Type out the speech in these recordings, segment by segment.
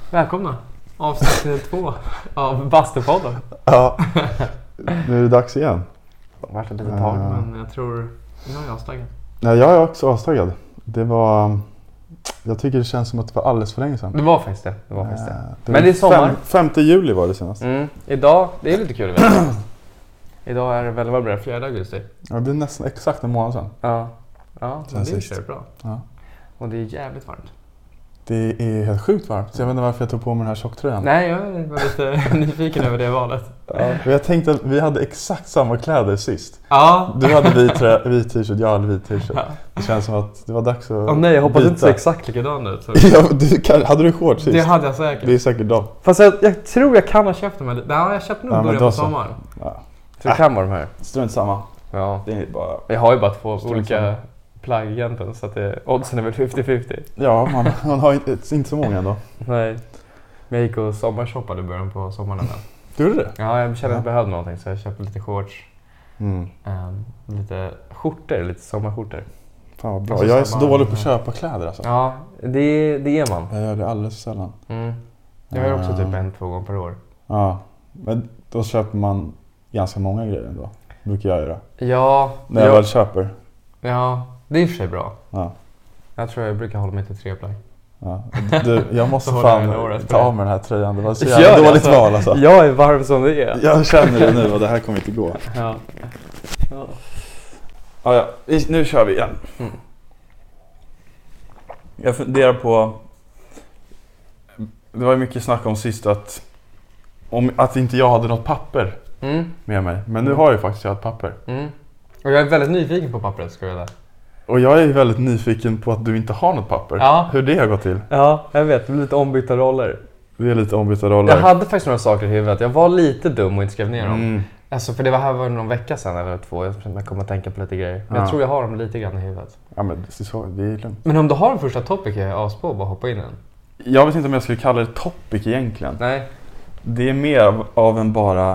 Välkomna. Avsnitt 2 av Bastupodden. Ja, nu är det dags igen. Det har varit ett litet tag, men jag tror jag är avslagen. Ja, jag är också avslagen. Det var... Jag tycker det känns som att det var alldeles för länge sedan. Det var faktiskt det. Men det är sommar. 5 juli var det senast. Idag, det är lite kul. Idag är det väl, vad blir det, 4 augusti? Ja, det är nästan exakt en månad sedan. Ja, men det är bra. Ja. Och det är jävligt varmt. Det är helt sjukt varmt. Så jag vet inte varför jag tog på mig den här tjocktröjan. Nej, jag var lite nyfiken över det valet. Ja, jag tänkte att vi hade exakt samma kläder sist. Ja. Du hade vit t-shirt, jag hade vit t-shirt. Ja. Det känns som att det var dags att nej, jag hoppas byta. inte så exakt likadan ut. Ja, hade du shorts sist? Det hade jag säkert. Det är säkert de. Fast jag tror jag kan ha köpt dem. Ja, jag köpte nog början på sommaren. Ja. Så det kan vara de här. Strunt samma. Ja. Det är bara... Jag har ju bara 2 olika plagg egentligen, så att oddsen är väl 50-50. Ja, man har inte så många ändå. Nej. Men jag gick och sommarshoppade i början på sommaren. Du gjorde det? Ja, jag kände att jag behövde någonting, så jag köpte lite shorts. Lite skjortor, lite sommarskjortor. Fan vad bra. Jag är så dålig på att köpa kläder alltså. Ja, det är man. Jag gör det alldeles för sällan. Jag gör också typ 1-2 gånger per år. Ja, men då köper man ganska många grejer ändå. Brukar jag göra. Ja. När jag väl köper. Ja, det är i och för sig bra. Ja. Jag tror jag brukar hålla mig till 3 plagg. Ja. Du, jag måste fan ta av mig den här tröjan. Det var så jävla dåligt val alltså. Jag är varm som det är. Jag känner det nu och det här kommer inte gå. Ja. Ja, nu kör vi igen. Jag funderar på... Det var ju mycket snack om sist att inte jag hade något papper med mig. Men nu har jag faktiskt ett papper. Och jag är väldigt nyfiken på pappret, ska jag säga. Och jag är väldigt nyfiken på att du inte har något papper. Ja. Hur det har gått till. Ja, jag vet. Det blir lite ombytta roller. Det är lite ombytta roller. Jag hade faktiskt några saker i huvudet. Jag var lite dum och inte skrev ner dem. Alltså, för det var någon vecka sedan eller 2. Jag kommer att tänka på lite grejer. Men jag tror jag har dem lite grann i huvudet. Ja, men det är lugnt. Men om du har en första topic, är jag aspo och bara hoppa in i den. Jag vet inte om jag skulle kalla det topic egentligen. Nej. Det är mer av en bara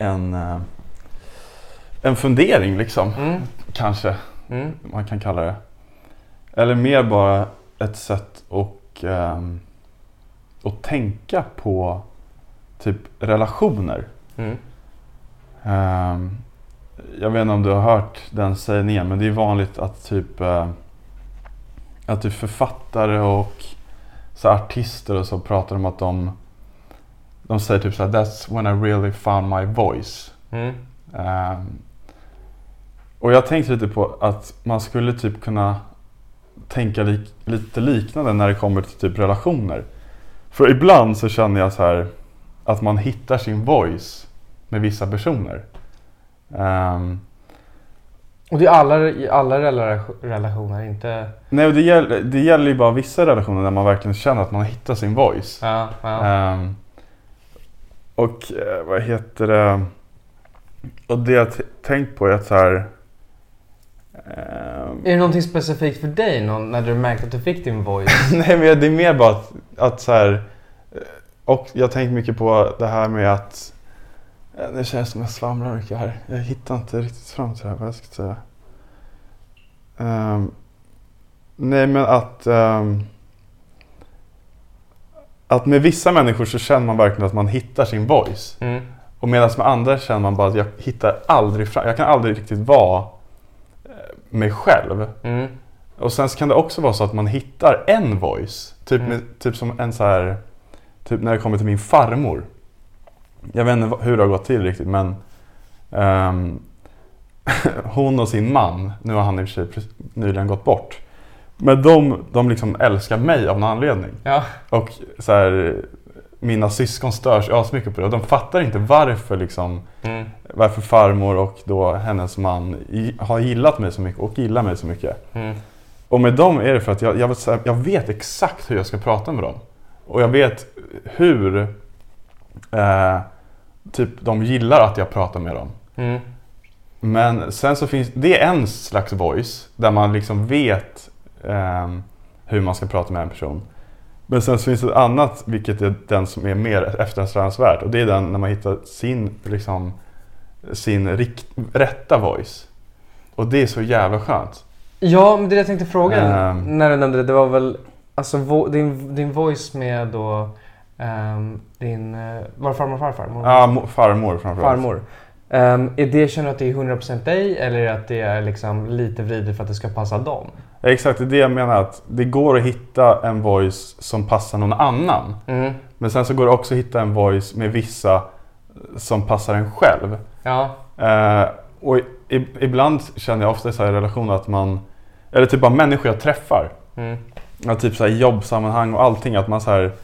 en fundering liksom. Kanske man kan kalla det. Eller mer bara ett sätt att tänka på typ relationer. Jag vet inte om du har hört den sägningen, men det är vanligt att typ författare och så artister och så pratar om att de säger typ så här: that's when I really found my voice. Och jag tänkte lite på att man skulle typ kunna tänka lite liknande när det kommer till typ relationer. För ibland så känner jag så här att man hittar sin voice med vissa personer. Och det är alla relationer, inte... Nej, det gäller ju bara vissa relationer där man verkligen känner att man hittar sin voice. Ja. Och vad heter det? Och det jag tänkt på är att så här... Är det någonting specifikt för dig när du märkte att du fick din voice? Nej, men det är mer bara att så här... Och jag har tänkt mycket på det här med att... Det känns som jag svamlar mycket här. Jag hittar inte riktigt fram till det här, vad jag ska säga. Nej, men att med vissa människor så känner man verkligen att man hittar sin voice. Och medan med andra känner man bara att jag hittar aldrig fram. Jag kan aldrig riktigt vara mig själv. Och sen så kan det också vara så att man hittar en voice. Typ som en så här... Typ när det kommer till min farmor. Jag vet inte hur det har gått till riktigt, men hon och sin man, nu har han i och för sig nyligen gått bort. Men de liksom älskar mig av någon anledning. Ja. Och så här, mina syskon störs mycket på det. Och de fattar inte varför liksom, varför farmor och då hennes man har gillat mig så mycket och gillar mig så mycket. Och med dem är det för att jag vet exakt hur jag ska prata med dem. Och jag vet hur typ de gillar att jag pratar med dem. Men sen så finns det en slags voice där man liksom vet hur man ska prata med en person. Men sen så finns det ett annat, vilket är den som är mer eftersträvansvärt. Och det är den när man hittar sin rätta voice. Och det är så jävla skönt. Ja, men det jag tänkte fråga när du nämnde det var väl alltså din voice med då Var det farmor och farfar? Ja, farmor framförallt. Farmor. Känner du att det är 100% dig eller är det att det är liksom lite vridigt för att det ska passa dem? Ja, exakt, det är det jag menar, att det går att hitta en voice som passar någon annan. Men sen så går det också att hitta en voice med vissa som passar en själv. Ja. Och ibland känner jag ofta i så här relationer att man, eller typ bara människor jag träffar. Ja, typ så här jobbsammanhang och allting, att man så här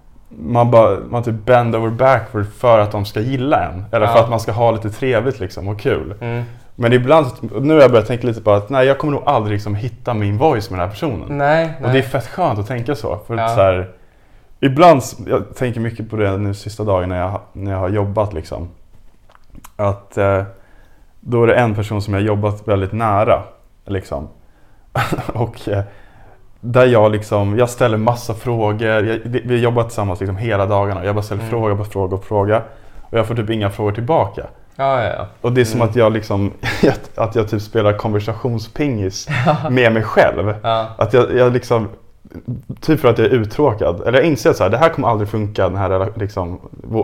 man typ bend over backward för att de ska gilla en. Eller för att man ska ha lite trevligt liksom och kul. Men ibland, nu har jag börjat tänka lite på att nej, jag kommer nog aldrig liksom hitta min voice med den här personen. Nej. Och det är fett skönt att tänka så. För att så här, ibland, jag tänker mycket på det nu sista dagen när jag har jobbat liksom. Att då är det en person som jag jobbat väldigt nära liksom. Och där jag ställer massa frågor. Vi har jobbat tillsammans liksom hela dagarna. Jag bara ställer fråga. Och jag får typ inga frågor tillbaka. Ja. Och det är som att jag liksom att jag typ spelar konversationspingis med mig själv. Att jag liksom typ för att jag är uttråkad. Eller jag inser att så här, det här kommer aldrig funka, den här liksom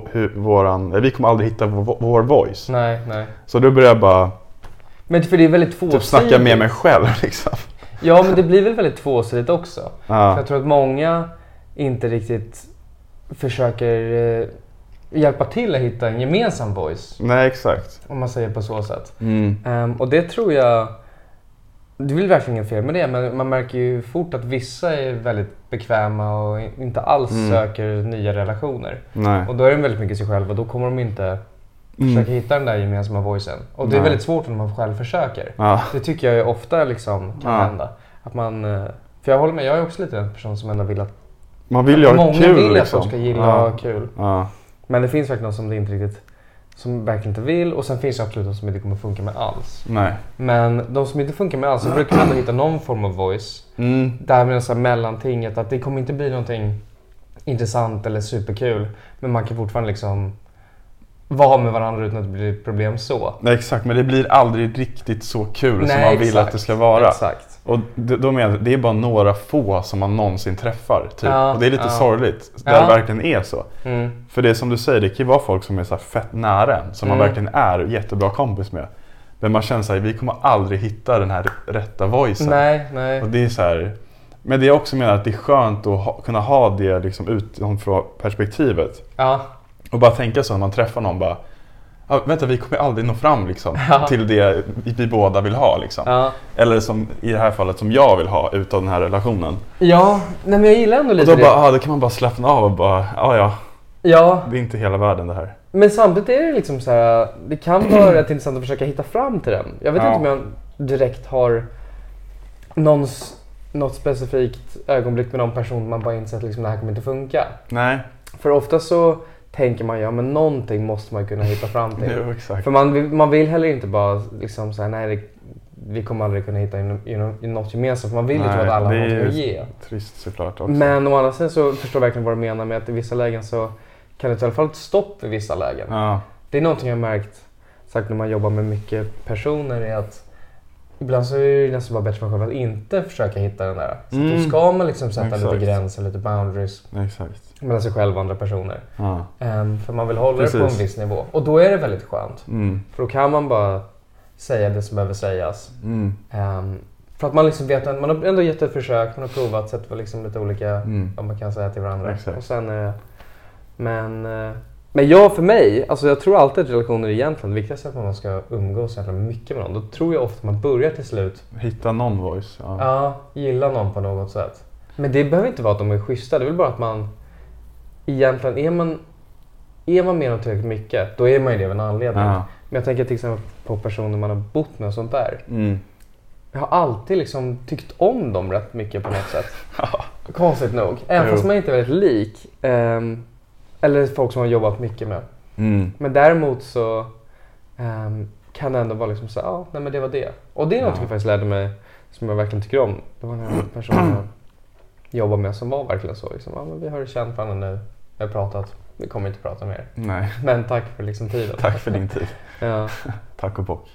vi kommer aldrig hitta vår voice. Nej. Så då börjar jag bara för det är väldigt tvåsidigt. Typ snacka med mig själv liksom. Ja, men det blir väl väldigt tvåsidigt också. För jag tror att många inte riktigt försöker hjälpa till att hitta en gemensam voice. Nej, exakt. Om man säger på så sätt. Och det tror jag, det vill verkligen inget fel med det, men man märker ju fort att vissa är väldigt bekväma och inte alls söker nya relationer. Nej. Och då är de väldigt mycket sig själva och då kommer de inte försöka hitta den där gemensamma voicen. Och det är väldigt svårt om man själv försöker. Det tycker jag ofta liksom kan hända. Att man, för jag håller med, jag är också lite en person som ändå vill att man vill göra kul. Många vill liksom. att de ska gilla och ha kul. Men det finns verkligen någon som det inte riktigt, som verkligen inte vill. Och sen finns det absolut de som inte kommer funka med alls. Nej. Men de som inte funkar med alls, så brukar man ändå hitta någon form av voice. Där med så här mellantinget, att det kommer inte bli någonting intressant eller superkul. Men man kan fortfarande liksom vara med varandra utan att det blir problem så. Nej, exakt, men det blir aldrig riktigt så kul som man vill exakt, att det ska vara. Exakt. Och då menar jag, det är bara några få som man någonsin träffar. Typ. Och det är lite sorgligt, där det verkligen är så. För det är som du säger, det kan ju vara folk som är så här fett nära en, som man verkligen är jättebra kompis med. Men man känner sig, vi kommer aldrig hitta den här rätta voicen. Nej. Och det är så här, men det är också menar att det är skönt att kunna ha det liksom utifrån perspektivet. Och bara tänka så när man träffar någon, bara vänta, vi kommer aldrig nå fram liksom, till det vi båda vill ha liksom. Eller som i det här fallet som jag vill ha utav den här relationen. Nej, men jag gillar ändå lite och då då kan man bara slappna av och bara, ja. Det är inte hela världen det här. Men samtidigt är det liksom så här, det kan vara rätt intressant att försöka hitta fram till den. Jag vet inte om jag direkt har något specifikt ögonblick med någon person man bara inser att liksom, det här kommer inte funka. Nej. För ofta så tänker man, men någonting måste man kunna hitta fram till. Jo, exakt. För man vill heller inte bara liksom så här, nej, vi kommer aldrig kunna hitta i något gemensamt. Man vill ju att alla har något att ge. Trist såklart också. Men å andra sidan så förstår jag verkligen vad du menar med att i vissa lägen så kan det i alla fall ett stopp i vissa lägen. Det är någonting jag har märkt sagt när man jobbar med mycket personer, är att ibland så är det nästan bara bättre för sig själv att inte försöka hitta den där. Så då ska man liksom sätta lite gränser, lite boundaries mellan sig själv och andra personer. För man vill hålla det på en viss nivå. Och då är det väldigt skönt. För då kan man bara säga det som behöver sägas. För att man liksom vet att man har ändå gett ett försök, man har provat, sett vad liksom lite olika vad man kan säga till varandra. Och sen, men för mig, alltså jag tror alltid att relationer är egentligen det viktigaste, att man ska umgås mycket med någon. Då tror jag ofta att man börjar till slut hitta någon voice. Gilla någon på något sätt. Men det behöver inte vara att de är schyssta, det är väl bara att man egentligen är man med dem tillräckligt mycket, då är man ju det av en anledning. Men jag tänker till exempel på personer man har bott med och sånt där. Jag har alltid liksom tyckt om dem rätt mycket på något sätt. Konstigt nog. Även fast man inte är väldigt lik. Eller folk som har jobbat mycket med. Men däremot så kan det ändå vara liksom så nej men det var det. Och det är något jag faktiskt lärde mig som jag verkligen tycker om. Det var en person jag jobbade med som var verkligen så. Liksom, men vi har känt varandra nu. Vi har pratat. Vi kommer inte prata mer. Nej. Men tack för liksom tiden. Tack för din tid. Tack och bock.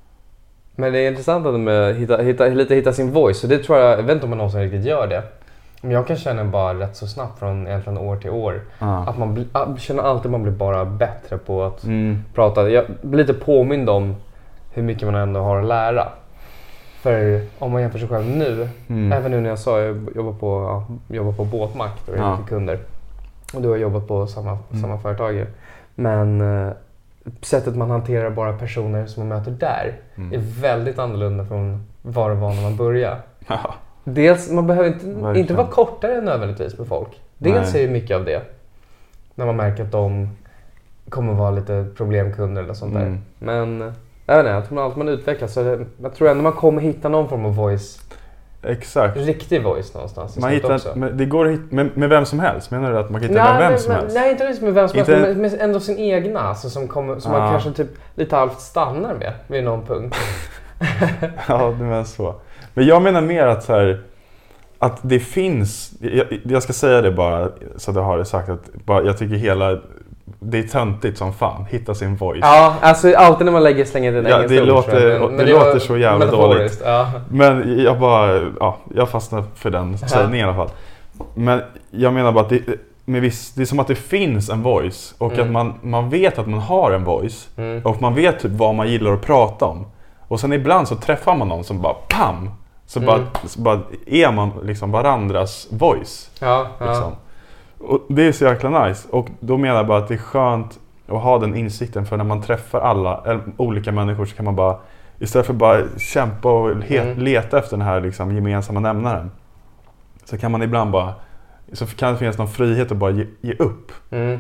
Men det är intressant att hitta sin voice. Så det tror jag vet inte om man någonsin riktigt gör det. Men jag kan känna bara rätt så snabbt från egentligen år till år. Att man känner alltid att man blir bara bättre på att prata. Jag blir lite påmind om hur mycket man ändå har att lära. För om man jämför sig själv nu, även nu när jag sa jag jobbar på båtmack och är lite kunder. Och du har jobbat på samma företag. Men sättet man hanterar bara personer som man möter där är väldigt annorlunda från vad det var när man började. Dels, man behöver inte vara kortare nödvändigtvis med folk. Dels är det mycket av det. När man märker att de kommer vara lite problemkunder eller sånt där. Men jag vet inte, jag tror allt man utvecklas så jag tror ändå man kommer hitta någon form av voice. Exakt. Riktig voice någonstans. Man hittar, det går att hitta med vem som helst. Menar du att man kan hitta med vem som helst? Nej, inte med vem som helst, men med ändå sin egna. Alltså, som man kanske typ lite halvt stannar med vid någon punkt. Ja, det menar så. Men jag menar mer att så här, att det finns, jag ska säga det bara så att jag har det sagt, att jag tycker det är töntigt som fan, hitta sin voice. Ja, alltså alltid när man slänger den engelska det låter så jävla dåligt. Ja. Men jag fastnar för den sägningen i alla fall. Men jag menar bara att det är som att det finns en voice och att man vet att man har en voice och man vet typ vad man gillar att prata om. Och sen ibland så träffar man någon som bara PAM! Så bara är man liksom varandras voice. Liksom. Och det är så jäkla nice. Och då menar jag bara att det är skönt att ha den insikten, för när man träffar olika människor så kan man bara, istället för bara kämpa och leta efter den här liksom gemensamma nämnaren, så kan man ibland bara, så kan det finnas någon frihet att bara ge upp.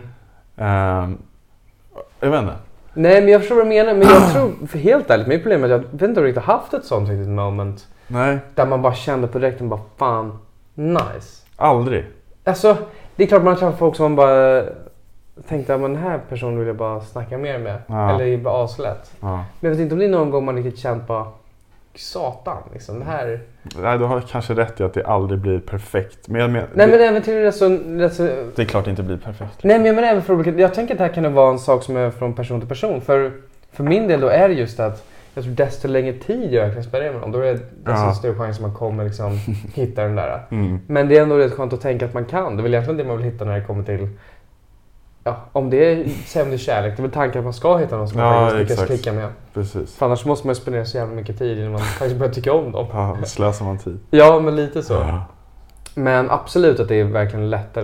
Jag vet inte. Nej, men jag förstår vad du menar, men jag tror, för helt ärligt, mitt problem är att jag vet inte riktigt haft ett sånt riktigt moment. Nej. Där man bara kände på direkten bara fan, nice. Aldrig. Alltså, det är klart man träffar folk som man bara tänkte att den här personen vill jag bara snacka mer med. Eller är bara aslätt. Men jag vet inte om det är någon gång man riktigt känt bara satan, liksom det här. Nej, du har kanske rätt i att det aldrig blir perfekt. Men nej, men även till det så... Det är klart det inte blir perfekt. Nej, men även för olika... Jag tänker att det här kan vara en sak som är från person till person. För min del då är det just att jag tror desto längre tid jag verkligen spenderar med dem, då är det desto större chans att man kommer liksom hitta den där. Men det är ändå rätt skönt att tänka att man kan. Det är väl egentligen det man vill hitta när det kommer till... Ja, om det är kärlek, det är väl tanken att man ska hitta någon som man faktiskt lyckas klicka med. Precis. För annars måste man spendera så jävla mycket tid innan man faktiskt börjar tycka om dem. Ja, slösar man tid. Ja, men lite så. Men absolut att det är verkligen lättare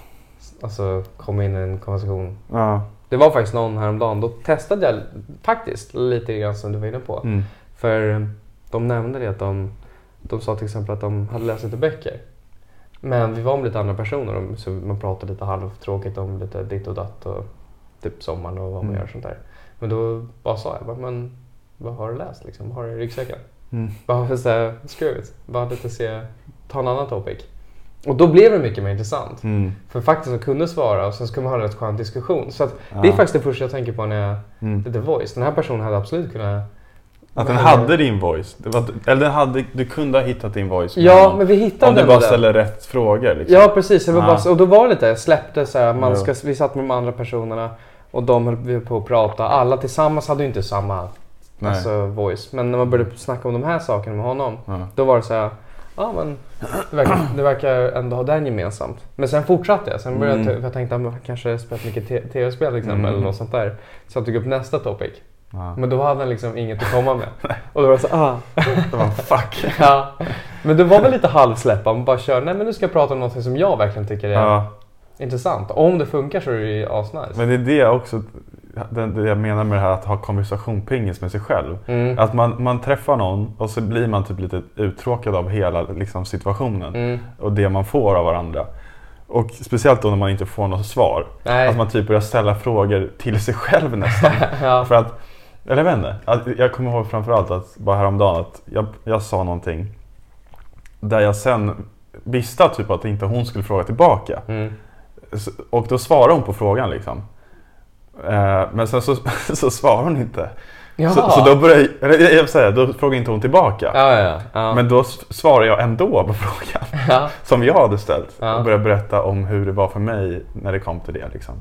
att komma in i en konversation. Det var faktiskt någon häromdagen, då testade jag faktiskt lite grann som du var inne på. För de nämnde det att de sa till exempel att de hade läst lite böcker. Men vi var med lite andra personer, så man pratade lite halvtråkigt om lite ditt och datt och typ sommaren och vad man gör och sånt där. Men då bara sa jag, men vad har du läst liksom? Vad har du i ryggsäcken? Bara för att skrivit, bara lite ta en annan topic. Och då blev det mycket mer intressant. För faktiskt att kunna svara och sen skulle man ha en rätt skön diskussion. Så att det är faktiskt det första jag tänker på när jag The Voice. Den här personen hade absolut kunnat... Att den hade din voice. Du kunde ha hittat din voice. Ja, men vi hittade om du bara ställer rätt frågor. Liksom. Ja, precis. Och då var det lite, jag släppte så här, vi satt med de andra personerna och de höll på att prata. Alla tillsammans hade ju inte samma voice. Men när man började snacka om de här sakerna med honom, då var det så här, men det verkar ändå ha den gemensamt. Men sen fortsatte jag. Sen började jag tänkte att man kanske spelat mycket tv-spel liksom, eller något sånt där. Så jag tog upp nästa topic. Men då hade han liksom inget att komma med. Och då var det så, det var fuck. Ja. Men det var väl lite halvsläppa. Man bara kör, nej men nu ska jag prata om något som jag verkligen tycker är intressant. Och om det funkar så är det ju asnice. Men det är det också, det jag menar med det här att ha konversation pingis med sig själv. Att man träffar någon och så blir man typ lite uttråkad av hela liksom, situationen. Och det man får av varandra. Och speciellt då när man inte får något svar. Att man typ börjar ställa frågor till sig själv nästan. För att, eller jag vet inte, jag kommer ihåg framförallt att bara häromdagen att jag sa någonting där jag sen visste typ att inte hon skulle fråga tillbaka. Och då svarade hon på frågan liksom. Men sen så svarade hon inte. Så då började då frågade inte hon tillbaka. Men då svarade jag ändå på frågan som jag hade ställt. Och började berätta om hur det var för mig när det kom till det liksom.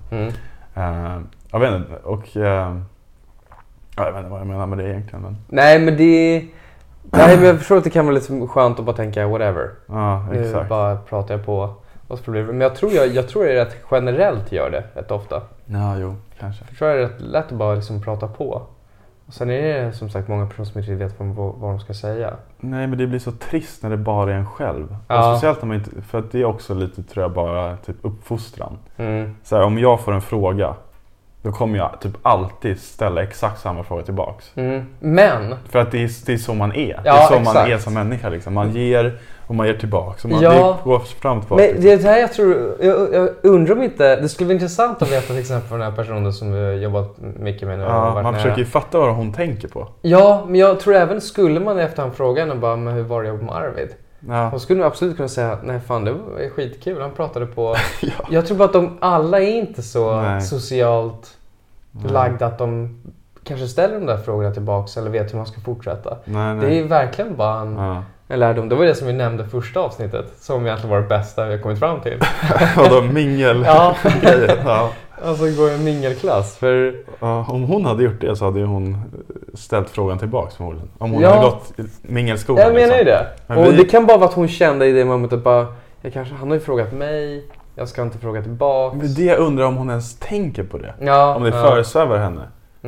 Jag vet inte, och jag vet inte vad jag menar med det egentligen. Men... Nej, men Nej, men jag förstår att det kan vara lite skönt att bara tänka whatever. Ja, exakt. Nu bara pratar jag på. Men jag tror jag rätt generellt gör det rätt ofta. Ja, jo, kanske. Jag tror det är rätt lätt att bara liksom prata på. Och sen är det som sagt många personer som inte vet vad de ska säga. Nej, men det blir så trist när det bara är en själv. Ja. Speciellt när man inte, för att det är också lite, tror jag, bara typ uppfostran. Så här, om jag får en fråga, då kommer jag typ alltid ställa exakt samma fråga tillbaks. Men för att det är så man är. Ja, det är så exakt. man är som människa liksom. Man ger och man ger tillbaks. Och man Ja. det går fram och tillbaka. Men det är det här jag tror, jag undrar om inte, det skulle vara intressant att veta till exempel för den här personen som vi har jobbat mycket med nu. Ja, man försöker ju fatta vad hon tänker på. Ja, men jag tror även skulle man efter han fråga henne bara, men hur var det att jobba med Arvid? Ja. Hon skulle nog absolut kunna säga, nej fan det var skitkul, han pratade på. Ja. Jag tror bara att de alla är inte så Nej. socialt lagda att de kanske ställer de där frågorna tillbaks eller vet hur man ska fortsätta. Nej. Det är verkligen bara en lärdom. Det var det som vi nämnde första avsnittet som egentligen var det bästa vi har kommit fram till. Vadå, mingel? Ja. Ja. Alltså gå i en mingelklass. För... Ja, om hon hade gjort det så hade hon ställt frågan tillbaks förmodligen. Om hon hade gått i mingelskolan. Jag menar ju det. Men och det kan bara vara att hon kände i det momentet bara, han har ju frågat mig, jag ska inte fråga tillbaks. Men det jag undrar om hon ens tänker på det. Ja, om det föresvävar henne.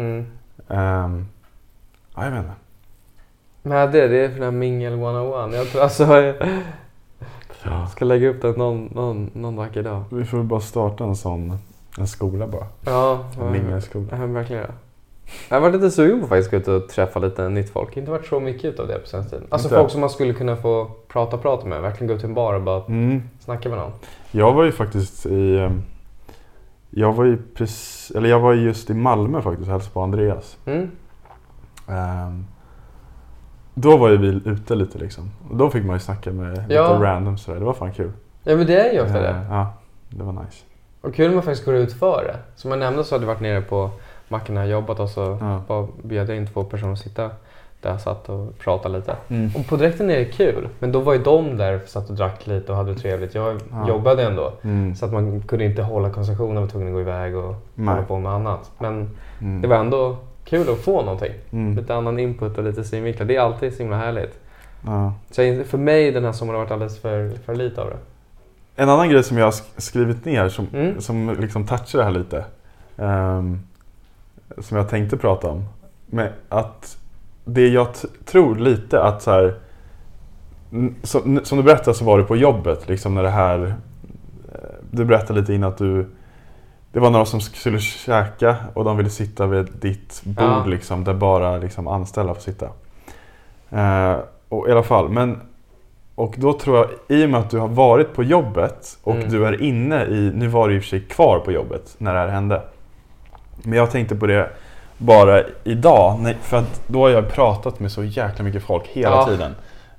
Ja, jag vet inte. Men det är för den här Mingel 101. Jag tror alltså jag ska lägga upp det någon vacker dag. Vi får bara starta en skola bara. Ja, en mingelskola. Ja, verkligen. Jag har varit lite sugen på faktiskt att gå ut och träffa lite nytt folk. Inte varit så mycket utav det på senaste tiden. Alltså folk som man skulle kunna få prata med. Verkligen gå till en bar och bara snacka med någon. Jag var ju faktiskt jag var just i Malmö faktiskt och hälsade på Andreas. Då var ju vi ute lite liksom. Och då fick man ju snacka med lite random sådär. Det var fan kul. Ja, men det är ju ofta det. Ja, det var nice. Och kul man faktiskt går ut för det. Som jag nämnde så hade jag varit nere på macken när jag jobbat och så bara bjöd jag in 2 personer att sitta där jag satt och pratade lite. Och på direkten är det kul. Men då var ju de där, satt och drack lite och hade det trevligt. Jag jobbade ändå. Så att man kunde inte hålla konversationen, var tvungen att gå iväg och hålla på med annat. Men det var ändå kul att få någonting. Lite annan input och lite synvinklar. Det är alltid så himla härligt. Så för mig den här sommaren har varit alldeles för lite av det. En annan grej som jag har skrivit ner som liksom touchar det här lite. Som jag tänkte prata om. Men att det jag tror lite att så här, som du berättade så var du på jobbet liksom när det här, du berättade lite innan att det var några som skulle käka och de ville sitta vid ditt bord liksom, där bara liksom anställda får sitta. Och i alla fall, och då tror jag, i och med att du har varit på jobbet och du är inne i, nu var du i och för sig kvar på jobbet när det här hände. Men jag tänkte på det bara idag, för att då har jag pratat med så jäkla mycket folk hela tiden.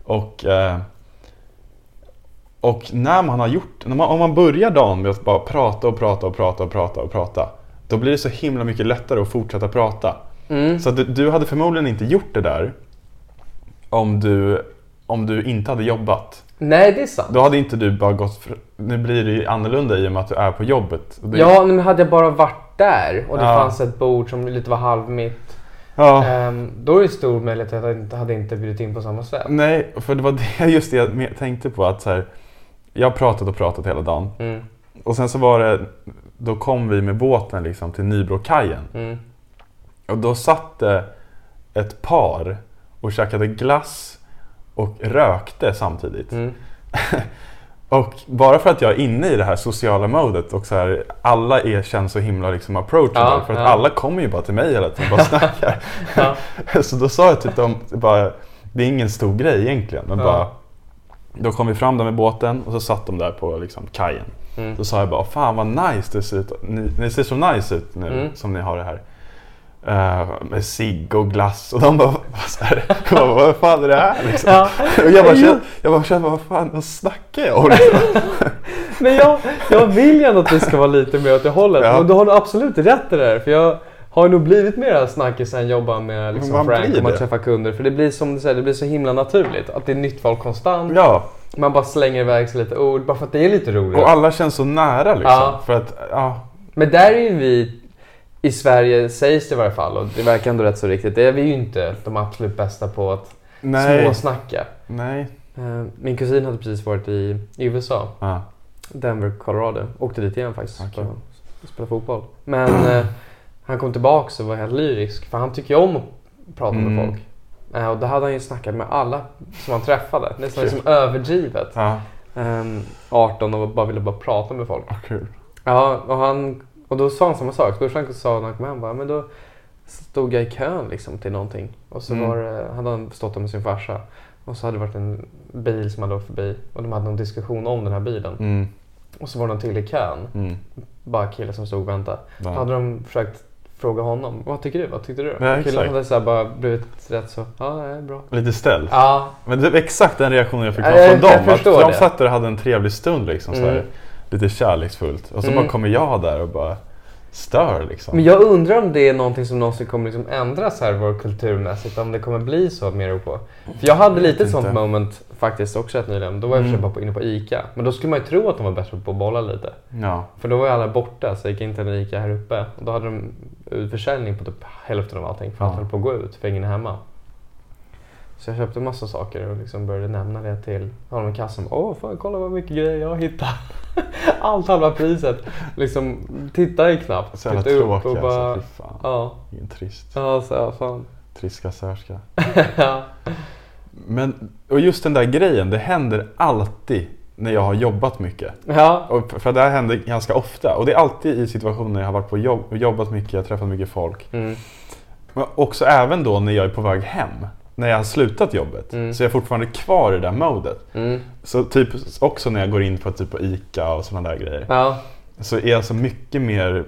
Och när man har gjort, om man börjar dagen med att bara prata, då blir det så himla mycket lättare att fortsätta prata. Så att du hade förmodligen inte gjort det där om du inte hade jobbat. Nej, det är sant. Då hade inte du bara gått, nu blir det ju annorlunda i och med att du är på jobbet. Men hade jag bara varit där och det fanns ett bord som lite var halvmitt. Då är det stor möjlighet att jag inte hade bjudit in på samma sätt. Nej, för det var just det jag tänkte på, att så här, jag har pratat hela dagen. Och sen så var det, då kom vi med båten liksom till Nybrokajen. Och då satt det ett par och käkade glass och rökte samtidigt. Och bara för att jag är inne i det här sociala modet och så här, alla känns så himla liksom approachable, för att alla kommer ju bara till mig hela tiden och bara snackar. Så då sa jag typ det är ingen stor grej egentligen, men bara då kom vi fram där med båten och så satt de där på liksom kajen. Då sa jag bara, fan vad nice det ser ut. Ni ser så nice ut nu som ni har det här. Med cigg och glass och de bara så här, vad fan är det här liksom? Och jag bara kände, vad fan, vad snackar jag om liksom? Men jag vill gärna att det ska vara lite mer åt det hållet. Och du har absolut rätt i det där, för jag har nog blivit mer snackig sen jobba med liksom Frank och man träffar kunder, för det blir som du säger, det blir så himla naturligt att det är nytt folk konstant. Man bara slänger iväg så lite ord bara för att det är lite roligt. Och alla känns så nära liksom, för att Men där är ju vi i Sverige, sägs det i varje fall, och det verkar ändå rätt så riktigt. Det är vi ju inte de absolut bästa på att småsnacka. Nej. Min kusin hade precis varit i USA. Ah. Denver, Colorado. Åkte dit igen faktiskt. Okay. Spela fotboll. Men han kom tillbaka och var helt lyrisk. För han tycker ju om att prata med folk. Och då hade han ju snackat med alla som han träffade. Nästan liksom överdrivet. 18 och bara ville prata med folk. Kul. Ja, och då sa han samma sak. Brorsan sa när han kom hem bara, men då stod jag i kön liksom till någonting. Och så hade han stått där med sin farsa. Och så hade det varit en bil som hade åkt förbi. Och de hade någon diskussion om den här bilen. Och så var det någon till i kön. Bara kille som stod och väntade. Då hade de försökt fråga honom. Vad tycker du? Vad tyckte du? Ja, killen hade så här bara blivit rätt så. Ja, det är bra. Lite ställd. Ja. Men det var exakt den reaktionen jag fick från dem. Att de satt där och hade en trevlig stund liksom. Så här, lite kärleksfullt. Och så bara kommer jag där och bara stör liksom. Men jag undrar om det är någonting som någonsin kommer liksom ändras här vår kulturmässigt. Om det kommer bli så mer på. För jag hade lite ett sånt moment faktiskt också rätt nyligen. Då var jag bara inne på Ica. Men då skulle man ju tro att de var bättre på att bolla lite. Ja. För då var ju alla borta så jag gick inte till en Ica här uppe. Och då hade de utförsäljning på typ hälften av allting. För att höll på att gå ut för ingen är hemma. Så jag köpte massa saker och liksom började nämna det till honom i kassan. Fan, kolla vad mycket grejer jag hittar. Allt halva priset. Liksom, titta ju knappt. Så jävla tråkigt och bara, alltså, fan. Ja. Ingen trist. Ja, så ja, fan. Trist kassörska. Ja. Men, och just den där grejen, det händer alltid när jag har jobbat mycket. Ja. Och för det här händer ganska ofta. Och det är alltid i situationer jag har varit på jobbat mycket, jag har träffat mycket folk. Men också även då när jag är på väg hem. När jag har slutat jobbet så är jag fortfarande kvar i det där modet. Så typ också när jag går in på typ på Ica och sådana där grejer. Ja. Så är jag så mycket mer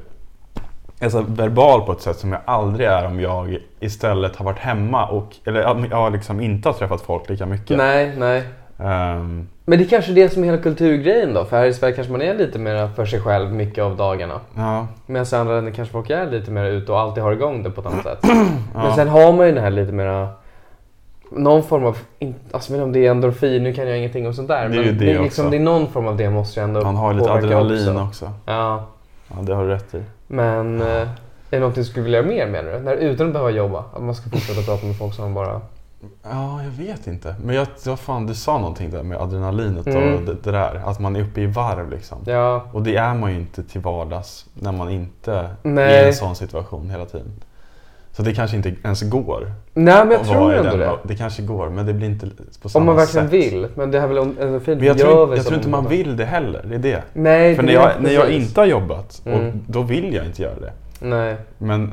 verbal på ett sätt som jag aldrig är om jag istället har varit hemma eller jag liksom inte har träffat folk lika mycket. Nej. Men det är kanske det som är hela kulturgrejen då. För här i Sverige kanske man är lite mer för sig själv mycket av dagarna. Ja. Medan i andra länder kanske folk är lite mer ute och alltid har igång det på ett annat sätt. Men sen har man ju den här lite mer någon form av, alltså om det är endorfin, nu kan jag ingenting om sånt där. Det är men det är liksom, det är någon form av det måste jag ändå man har lite adrenalin också. Ja, det har du rätt i. Men är det någonting du skulle vilja göra mer med nu? När utan att behöva jobba? Att man ska fortsätta prata med folk som bara... Ja, jag vet inte. Men du sa någonting där med adrenalinet och det där. Att man är uppe i varv liksom. Ja. Och det är man ju inte till vardags när man inte är i en sån situation hela tiden. Så det kanske inte ens går. Nej, men jag tror ändå det. Det kanske går, men det blir inte på samma sätt. Om man verkligen vill. Men det är väl en fin... Men jag tror inte man vill det heller. Det är det. Nej, för när jag inte har jobbat, och då vill jag inte göra det. Nej. Men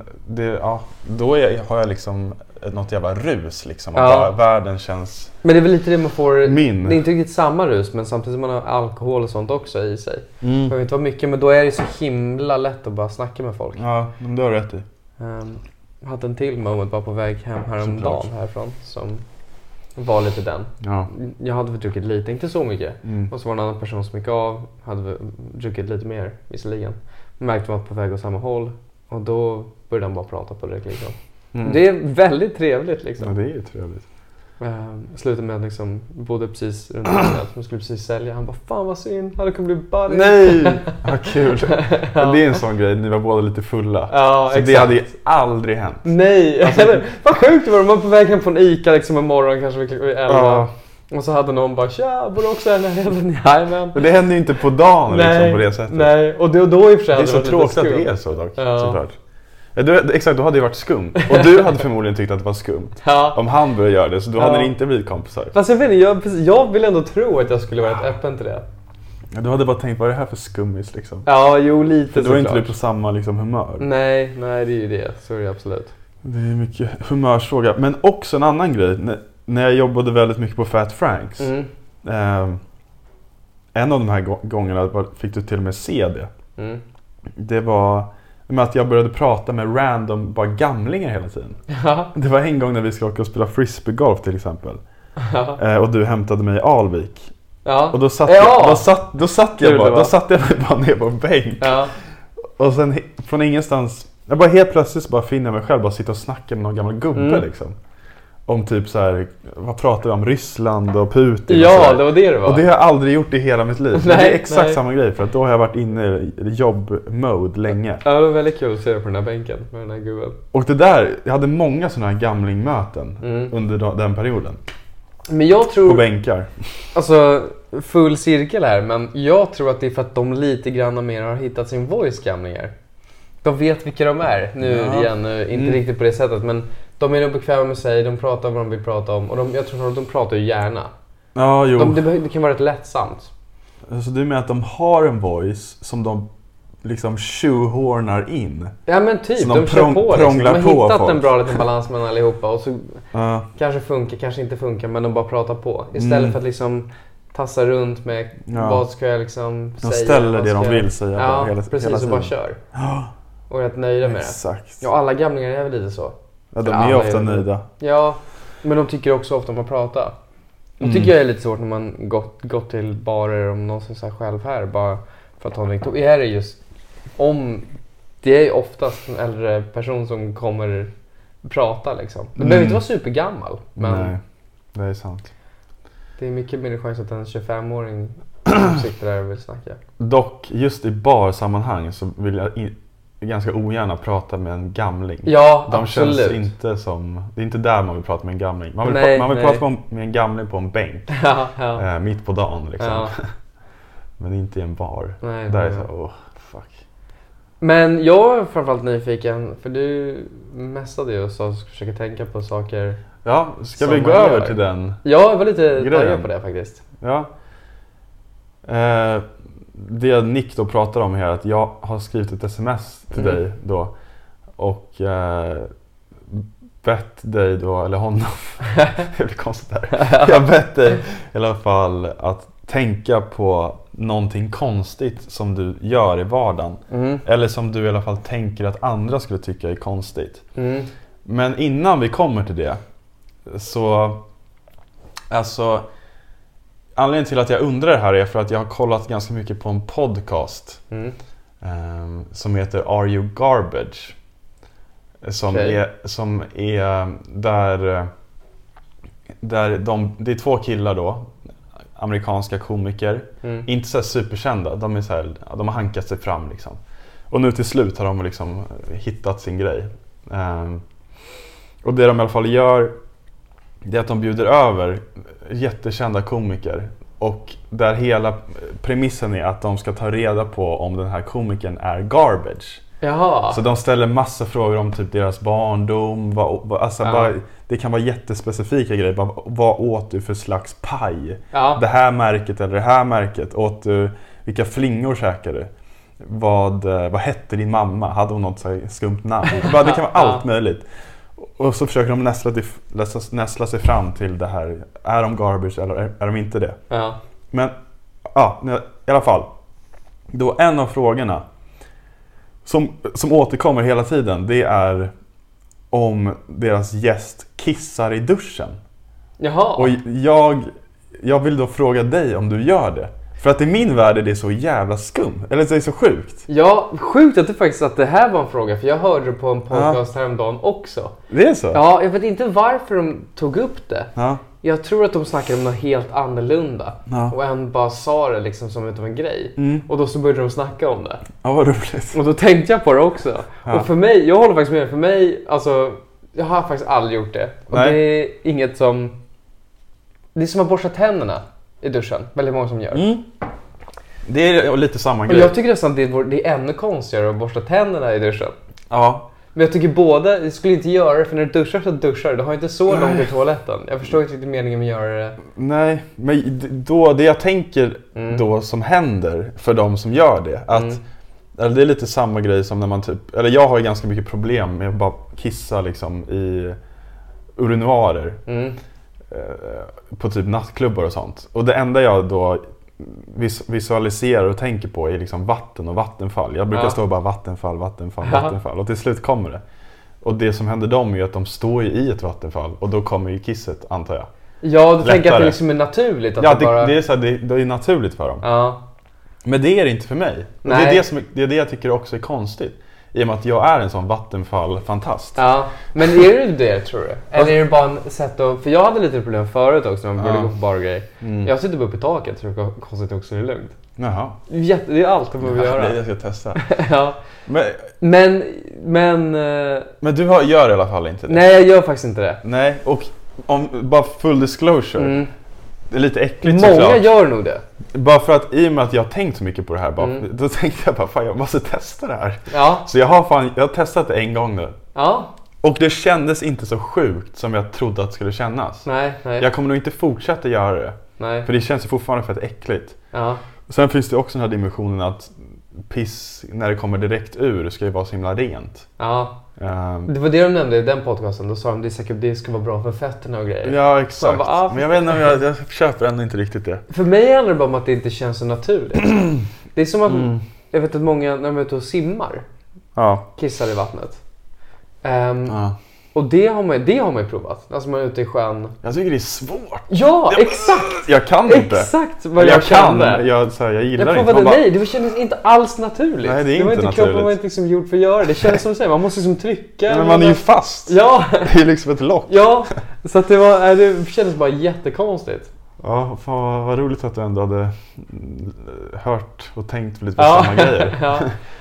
då har jag liksom något jävla rus liksom. Att världen känns... Men det är väl lite det man får... Det är inte riktigt samma rus, men samtidigt som man har alkohol och sånt också i sig. Det behöver inte vara mycket, men då är det så himla lätt att bara snacka med folk. Ja, det har du rätt i. Jag hade en till moment bara på väg hem häromdagen härifrån som var lite den. Ja. Jag hade druckit lite, inte så mycket. Och så var en annan person som gick av, hade druckit lite mer visserligen. Märkte att var på väg åt samma håll och då började han bara prata på det liksom. Det är väldigt trevligt liksom. Ja, det är ju trevligt. Slutade med att liksom, bodde precis runt att man skulle precis sälja. Han bara, fan vad synd, hade kunnat bli buddy. Nej, vad kul. Men det är en sån grej, ni var båda lite fulla. Ja, så exakt. Det hade ju aldrig hänt. Nej, alltså, vad sjukt det var. Man var på väg hem från Ica liksom en morgon, kanske vid 11. Och så hade någon bara, tja, borde också här närheden. Men det händer ju inte på dagen liksom, på det sättet. Nej, och då i och för sig det är så tråkigt att det är så dock, såklart. Exakt, då hade det varit skumt. Och du hade förmodligen tyckt att det var skumt. Om han började göra det, så då hade det inte blivit kompisar. Fast jag vill ändå tro att jag skulle varit öppen till det. Ja, du hade bara tänkt, vad är det här för skummis liksom? Ja, jo lite. För då är inte du på samma liksom, humör. Nej, det är ju det. Så är det absolut. Det är mycket humörsfråga. Men också en annan grej. När jag jobbade väldigt mycket på Fat Franks. En av de här gångerna fick du till och med se det. Det var... med att jag började prata med random bara gamlingar hela tiden. Ja. Det var en gång när vi ska åka och spela frisbeegolf till exempel. Ja. Och du hämtade mig i Alvik. Ja. Och då satt jag bara ner på en bänk. Ja. Och sen från ingenstans, jag bara helt plötsligt bara finner jag mig själv bara sitta och snacka med någon gammal gubbe liksom. om typ så här, vad pratar vi om? Ryssland och Putin. Ja, det var det var. Och det har jag aldrig gjort i hela mitt liv. Nej, det är exakt nej. samma grej, för att då har jag varit inne i jobb-mode länge. Ja, det var väldigt kul att se på den här bänken med den här gubben. Och det där, jag hade många sådana här gamlingmöten under den perioden. Men jag tror... På bänkar. Alltså, full cirkel här, men jag tror att det är för att de lite grann mer har hittat sin voice, gamlingar. De vet vilka de är nu igen, inte riktigt på det sättet, men de är nog bekväma med sig, de pratar om vad de vill prata om, och jag tror att de pratar ju gärna. Ja, jo. Det kan vara rätt lättsamt. Så du menar att de har en voice som de liksom shoehornar in? Ja, men typ, så de kör på liksom. De har hittat folk. En bra liten balans mellan allihopa, och så kanske funkar, kanske inte funkar, men de bara pratar på. Istället för att liksom tassa runt med vad ska jag liksom säga. De ställer det de vill säga. Ja, hela precis, och bara kör. Och är rätt nöjda med Exakt. det. Ja, alla gamlingar är väl lite så. Ja, de är ofta nöjda. Ja, men de tycker också ofta om att prata. Det tycker jag är lite svårt när man gått till barer om någonsin så här själv här, bara för att ta en ring. Då är det just det är oftast en äldre person som kommer prata liksom. Det behöver inte vara supergammal, men nej, det är sant. Det är mycket mer chans att en 25-åring sitter där och vill snacka. Dock, just i barsammanhang så vill jag ganska ogärna prata med en gamling. Ja, de absolut. Känns inte som, det är inte där man vill prata med en gamling. Man vill prata med en gamling på en bänk. Mitt på dagen liksom. Ja. Men inte i en bar. Nej, där är så, fuck. Men jag är framförallt nyfiken, för du mässade ju och sa att du skulle försöka tänka på saker. Ja, ska vi gå över till den? Ja, jag var lite taggad på det faktiskt. Ja. Det Nick då pratar om här är att jag har skrivit ett sms till dig då och bett dig då, eller honom, det blir konstigt där. Jag har bett dig i alla fall att tänka på någonting konstigt som du gör i vardagen. Eller som du i alla fall tänker att andra skulle tycka är konstigt. Men innan vi kommer till det så, alltså, anledningen till att jag undrar det här är för att jag har kollat ganska mycket på en podcast som heter Are You Garbage? Som är där det är två killar då, amerikanska komiker, inte så här superkända, de är så här, de har hankat sig fram liksom. Och nu till slut har de liksom hittat sin grej. Och det de i alla fall gör, det är att de bjuder över jättekända komiker, och där hela premissen är att de ska ta reda på om den här komikern är garbage. Jaha. Så de ställer massa frågor om typ deras barndom, det kan vara jättespecifika grejer. Vad åt du för slags paj? Det här märket eller det här märket? Åt du, vilka flingor käkade du? Vad hette din mamma? Hade hon något så skumt namn? Det kan vara allt möjligt. Och så försöker de näsla sig fram till det här. Är de garbage eller är de inte det? Ja. Men i alla fall. Då en av frågorna som återkommer hela tiden, det är om deras gäst kissar i duschen. Jaha. Och jag vill då fråga dig om du gör det. För att i min värld är det så jävla skum. Eller det är så sjukt. Ja, sjukt att det här var en fråga. För jag hörde det på en podcast häromdagen också. Det är så? Ja, jag vet inte varför de tog upp det. Ja. Jag tror att de snackade om något helt annorlunda. Ja. Och en bara sa det liksom som utav en grej. Och då så började de snacka om det. Ja, vad roligt. Och då tänkte jag på det också. Ja. Och för mig, jag håller faktiskt med. För mig, alltså, jag har faktiskt aldrig gjort det. Och det är inget som... Det är som att borsta tänderna i duschen. Väldigt många som gör. Det är lite samma grej. Och jag tycker nästan att det är ännu konstigare att borsta tänderna i duschen. Ja. Men jag tycker båda, jag skulle inte göra det, för när du duschar så duschar du. Du har inte så långt till toaletten. Jag förstår inte riktigt meningen med att göra det. Nej, men då, det jag tänker då som händer för de som gör det, att eller det är lite samma grej som när man typ, eller jag har ju ganska mycket problem med att bara kissa liksom i urinoarer på typ nattklubbar och sånt. Och det enda jag då visualiserar och tänker på är liksom vatten och vattenfall. Jag brukar stå och bara vattenfall. Och till slut kommer det. Och det som händer dem är ju att de står i ett vattenfall. Och då kommer ju kisset, antar jag. Ja, du tänker att det liksom är naturligt. Att det är så här, det är naturligt för dem. Ja. Men det är det inte för mig. Och det är det jag tycker också är konstigt. I och med att jag är en sån Vattenfall-fantast. Ja, men är du det tror du? Eller är det bara ett sätt att... För jag hade lite problem förut också när man började gå på bar och grej. Jag sitter bara uppe i taket så det är konstigt också, det är lugnt. Jaha. Det är allt man vill göra. Det jag ska testa. Ja. Men du gör i alla fall inte det? Nej, jag gör faktiskt inte det. Nej, och bara full disclosure. Det är lite äckligt många såklart. Gör nog det. Bara för att i och med att jag har tänkt så mycket på det här då tänkte jag bara, fan jag måste testa det här. Ja. Så jag har testat det en gång nu. Ja. Och det kändes inte så sjukt som jag trodde att det skulle kännas. Nej. Jag kommer nog inte fortsätta göra det. Nej. För det känns ju fortfarande för äckligt. Ja. Sen finns det också den här dimensionen att piss när det kommer direkt ur ska ju vara så himla rent. Ja. Det var det de nämnde i den podcasten. Då sa de att det ska vara bra för fötterna och grejer. Ja, exakt. Men jag vet inte om jag köper ändå inte riktigt det. För mig handlar det bara om att det inte känns så naturligt. Det är som att jag vet att många när de är ute och simmar kissar i vattnet. Och det har man ju provat. Alltså man är ute i sjön. Jag tycker det är svårt. Ja, exakt. Jag kan inte. Exakt vad jag kände. Jag gillar jag inte. Nej, det kändes inte alls naturligt. Nej, det är det var inte inte kroppen naturligt. var inte liksom gjord för att göra det. Det känns som att man måste liksom trycka. Men man är ju fast. Ja. Det är liksom ett lock. Ja, så att det kändes bara jättekonstigt. Ja, fan vad roligt att du ändå hade hört och tänkt lite på samma grejer. Ja.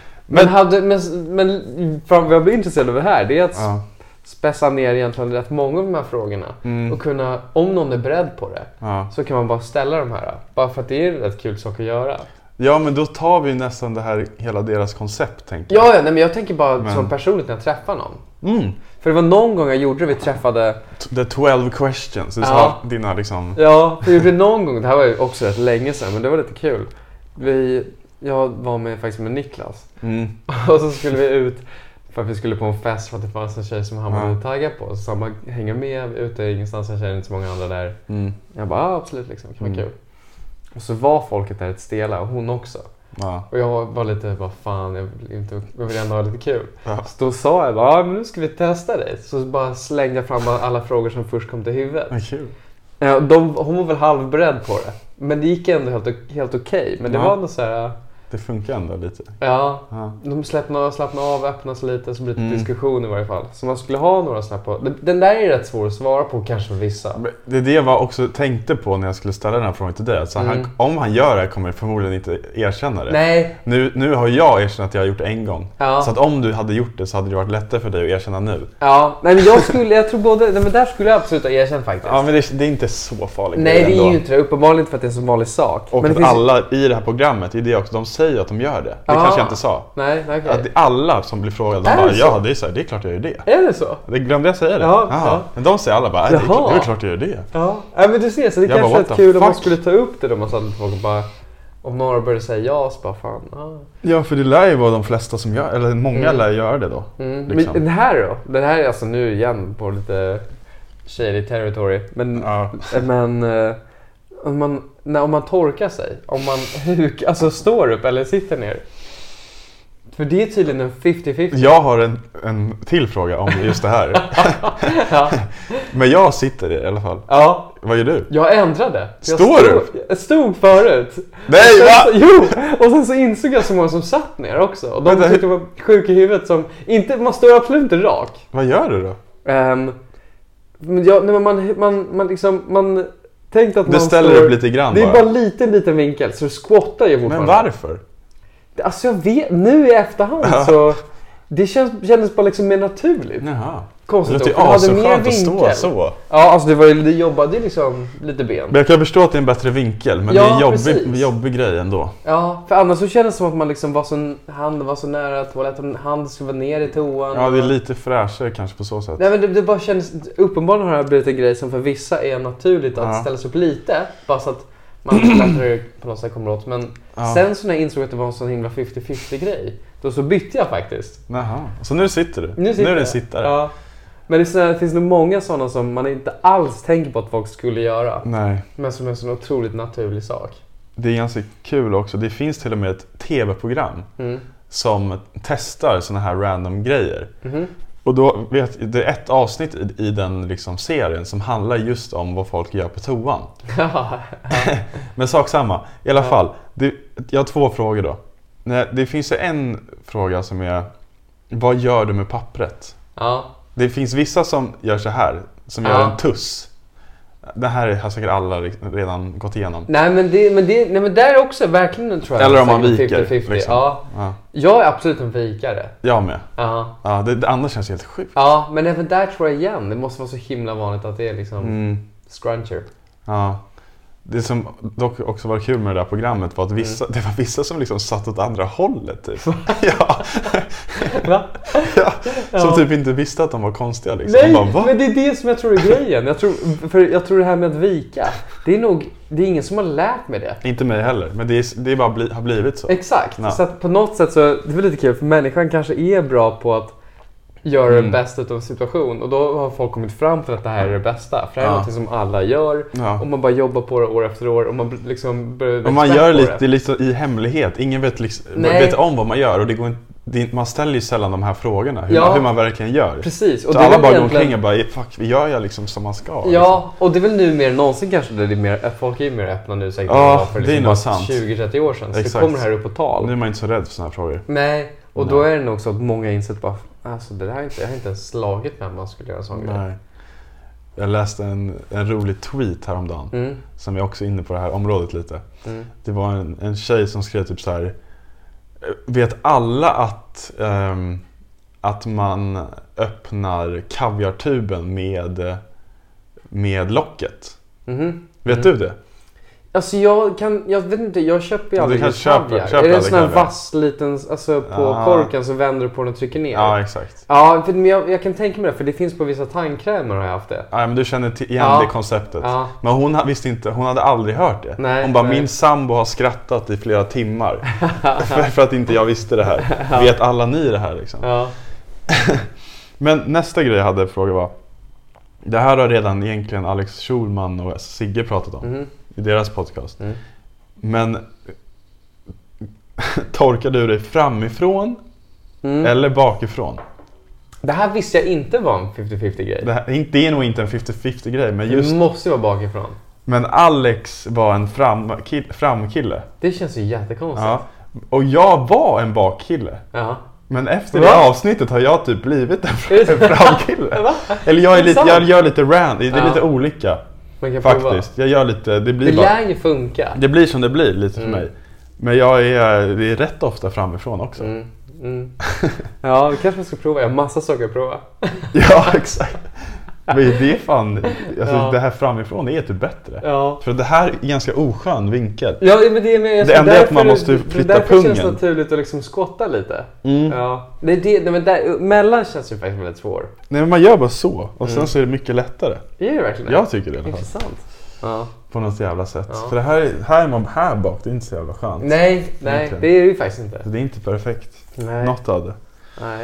Men vad jag blir intresserad av det här, det är att spessa ner egentligen rätt många av de här frågorna och kunna, om någon är beredd på det, så kan man bara ställa de här, bara för att det är ett kul sak att göra. Ja, men då tar vi nästan det här, hela deras koncept, tänker jag. Ja, nej, men jag tänker bara som personligt när jag träffar någon. För det var någon gång jag gjorde det, vi träffade... The 12 questions, det sa dina liksom... Ja, vi gjorde det någon gång, det här var ju också rätt länge sedan, men det var lite kul. Jag var faktiskt med Niklas. Och så skulle vi ut, för att vi skulle på en fest för att det fanns en tjej som han var taggad på. Så man hänger med ute ingenstans, jag känner inte så många andra där. Jag bara, absolut liksom, det kan vara kul. Och så var folket där ett stela, och hon också. Och jag var lite, vad fan, jag vill ändå ha lite kul. Så då sa jag bara, men nu ska vi testa dig. Så bara slängde jag fram alla frågor som först kom till huvudet. Kul. Hon var väl halvberedd på det. Men det gick ändå helt okej. Men det var ändå så här... Det funkar ändå lite. Ja, de slappnade av, öppnas lite, så blir det diskussion i varje fall. Så man skulle ha några snabbt på. Den där är rätt svår att svara på kanske för vissa. Det är det jag också tänkte på när jag skulle ställa den här frågan till dig. Alltså om han gör det kommer jag förmodligen inte erkänna det. Nej. Nu har jag erkänt att jag har gjort det en gång. Så att om du hade gjort det så hade det varit lättare för dig att erkänna nu. Ja, nej, men jag tror både, men där skulle jag absolut ha erkänt faktiskt. Ja, men det är inte så farligt. Nej, det är ju inte det. Uppenbarligen inte för att det är en så vanlig sak. Och men att alla i det här programmet, det också, de säger att de gör det. Det kanske jag inte sa. Nej, okay. Att alla som blir frågade, de bara, ja, det är så här, det är klart jag gör det. Är det så? Det glömde jag säga det. Ja. Men de säger alla bara, det är klart jag gör det. Ja, men du ser, så det jag kanske är kul om man skulle ta upp det då man satt lite folk och bara, om några började säga ja, så bara fan. Ja, för det lär ju vara de flesta som gör, eller många lär göra det då. Liksom. Men det här då? Den här är alltså nu igen på lite shady territory. Men om man torkar sig, om man alltså står upp eller sitter ner. För det är tydligen en 50-50. Jag har en till fråga om just det här. Men jag sitter i alla fall. Ja. Vad gör du? Jag ändrade. Står du? Jag stod förut. Nej, va? Jo, och sen så insåg jag så många som satt ner också. Och de tyckte jag var sjuk i huvudet som... Man står absolut inte rak. Vad gör du då? Man tänkte att du ställer upp lite grann. Det är bara liten vinkel, så du squattar ju fortfarande. Men varför? Alltså jag vet, nu i efterhand så... Det kändes bara liksom mer naturligt. Jaha. Konstigt. Det låter ju skönt att stå så. Ja, alltså det jobbade liksom lite ben. Men jag kan förstå att det är en bättre vinkel, men det är en jobbig grej ändå. Ja, för annars så kändes det som att man liksom handen var så nära toaletten, handen skulle vara ner i toan. Ja, det är lite fräschare kanske på så sätt. Nej, men det bara kändes, uppenbarligen har det blivit en grej som för vissa är naturligt att ställa sig upp lite, bara så att man lättare på något sätt kommer åt. Men sen så när jag insåg att det var en sån himla 50-50 grej, då så bytte jag faktiskt. Jaha, så nu sitter du? Nu är det en sittare. Ja. Men det finns nog många sådana som man inte alls tänker på att folk skulle göra. Nej. Men som är en sån otroligt naturlig sak. Det är ganska kul också. Det finns till och med ett tv-program som testar såna här random grejer. Och då det är ett avsnitt i den liksom serien som handlar just om vad folk gör på toan. Men sak samma. I alla fall, jag har 2 frågor då. Det finns en fråga som är vad gör du med pappret? Ja. Det finns vissa som gör så här, som gör en tuss. Det här har säkert alla redan gått igenom. Nej men där är också verkligen, tror jag. Eller om man viker. 50-50. Liksom. Ja. Jag är absolut en vikare. Jag med. Ja. Det andra känns helt sjukt. Ja, men även där tror jag igen. Det måste vara så himla vanligt att det är liksom scruncher. Ja. Det som dock också var kul med det där programmet var att det var vissa som liksom satt åt andra hållet typ. Va? Som typ inte visste att de var konstiga liksom. Nej, bara, men det är det som jag tror är grejen. Jag tror det här med att vika, det är ingen som har lärt mig det. Inte mig heller, men det är bara har blivit så. Exakt, så att på något sätt så det är lite kul, för människan kanske är bra på att göra det bästa av en situation, och då har folk kommit fram till att det här är det bästa, för det är något som alla gör, och man bara jobbar på det år efter år, och man liksom börjar, och man gör lite liksom i hemlighet, ingen vet liksom, man vet om vad man gör, och det går inte, man ställer ju sällan de här frågorna hur man verkligen gör. Precis, och så alla bara går omkring och bara fuck, vi gör ju liksom som man ska. Ja, och det är väl nu mer än någonsin kanske, det är mer, folk är ju mer öppna nu säkert för liksom bara 20-30 år sedan. Så det kommer här upp på tal. Nu är man inte så rädd för såna här frågor. Nej, och då är det nog så att många insett bara, alltså det här jag har inte ens slagit med man skulle göra en sån grej. Jag läste en rolig tweet häromdagen som är också inne på det här området lite. Det var en tjej som skrev typ så här: vet alla att man öppnar kaviartuben med locket? Vet du det? Alltså jag vet inte, jag köper ju aldrig kaviar. Är det en sån här vass liten, alltså på korken så vänder du på den och trycker ner? Ja, exakt. Ja, men jag kan tänka mig det, för det finns på vissa tandkrämer har jag haft det. Ja, men du känner igen det konceptet. Ja. Men hon visste inte, hon hade aldrig hört det. Nej, hon bara, min sambo har skrattat i flera timmar för att inte jag visste det här. Vet alla ni det här liksom? Ja. Men nästa grej jag hade fråga var, det här har redan egentligen Alex Schulman och Sigge pratat om i deras podcast. Men torkar du dig framifrån eller bakifrån? Det här visste jag inte var en 50-50 grej. Det är nog inte en 50-50 grej, men just det måste vara bakifrån. Men Alex var en framkille. Det känns ju jättekonstigt. Ja. Och jag var en bakkille. Ja. Men efter det avsnittet har jag typ blivit en framkille. Eller jag gör lite rand, det är lite olika. Faktiskt. Jag gör lite, det lär ju funka. Det blir som det blir lite för mig. Men det är rätt ofta framifrån också. Ja, vi kanske ska prova. Jag har massa saker att prova. Ja, exakt. Men det är fan, det här framifrån är typ bättre. Ja. För det här är ganska oskön vinkel. Ja, men det enda är att man måste flytta pungen. Det känns naturligt att liksom skotta lite. Ja. Men mellan känns ju faktiskt väldigt svår. Nej, men man gör bara så. Och sen så är det mycket lättare. Är det verkligen? Jag tycker det i alla fall. Intressant. Ja. På något jävla sätt. Ja. För det här är man här bak, det är inte så jävla skönt. Nej, det är det ju faktiskt inte. Det är inte perfekt. Nej. Något av det. Nej.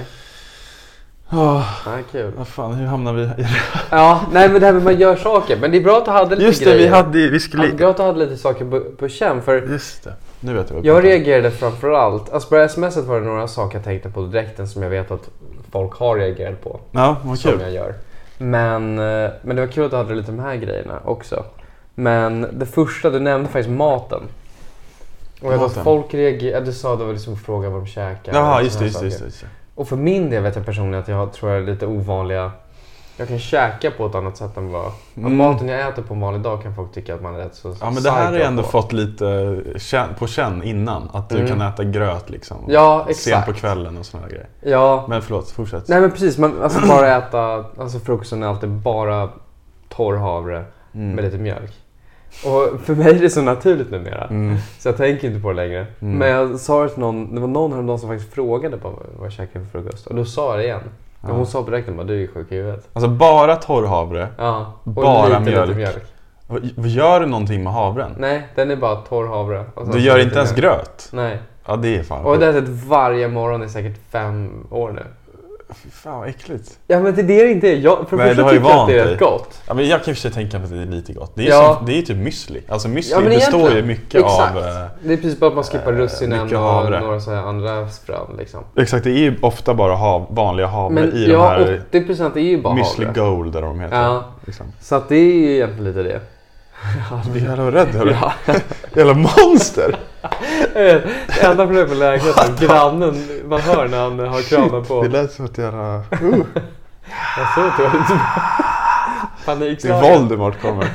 Nej, kul. Vad fan, hur hamnar vi i det? Ja, nej, men det här med man gör saker. Men det är bra att du hade lite just det, grejer. vi skulle... bra att du hade lite saker på känn. För just det, nu vet jag. Jag reagerade framförallt. Alltså på sms:et var det några saker jag tänkte på direkt som jag vet att folk har reagerat på. Ja, vad kul. Som jag gör. Men det var kul att du hade lite de här grejerna också. Men det första du nämnde faktiskt maten. Och jag att folk reagerade, du sa det var liksom fråga vad de käkar. Ja, just det. Och för min del vet jag personligen att jag tror jag är lite ovanliga. Jag kan käka på ett annat sätt än vad maten jag äter på en vanlig dag kan folk tycka att man är rätt så. Ja, men det här har jag ändå fått lite på känn innan. Att du kan äta gröt liksom. Ja, exakt. Sen på kvällen och såna grejer. Ja. Men förlåt, fortsätt. Nej, men precis. Man alltså bara äta, alltså frukosten är alltid bara torr havre med lite mjölk. Och för mig är det så naturligt numera. Så jag tänker inte på det längre. Men jag sa till någon, det var någon häromdagen som faktiskt frågade på vad jag käkade för frukost. Och då sa jag det igen. Ja. Hon sa direkt att du är sjuk i huvudet. Alltså bara torrhavre? Ja, och bara lite mjölk. Gör du någonting med havren? Nej, den är bara torrhavre. Du gör inte ens gröt? Nej. Ja, det är fan. Och det har jag ätit varje morgon i säkert 5 år nu. Fy fan vad äckligt. Ja, men det är inte jag. För första tycker jag att det är rätt gott. Ja, men jag kan ju tänka att det är lite gott. Det är det är typ müsli. Alltså müsli består ju mycket av. Det är precis bara att man skippar russinen och några så här andra frön liksom. Exakt, det är ju ofta bara vanliga havre i de här. 80% är ju bara müsli havre. Gold där de heter. Ja. Liksom. Så att det är ju egentligen lite det. Du är jävla rädd, hörru. Jävla monster. Enda problemet med lägenheten, grannen, man hör när han har kranen på. Det lät som att göra... Jag såg att det var lite panikslag. Det är Voldemort kommer.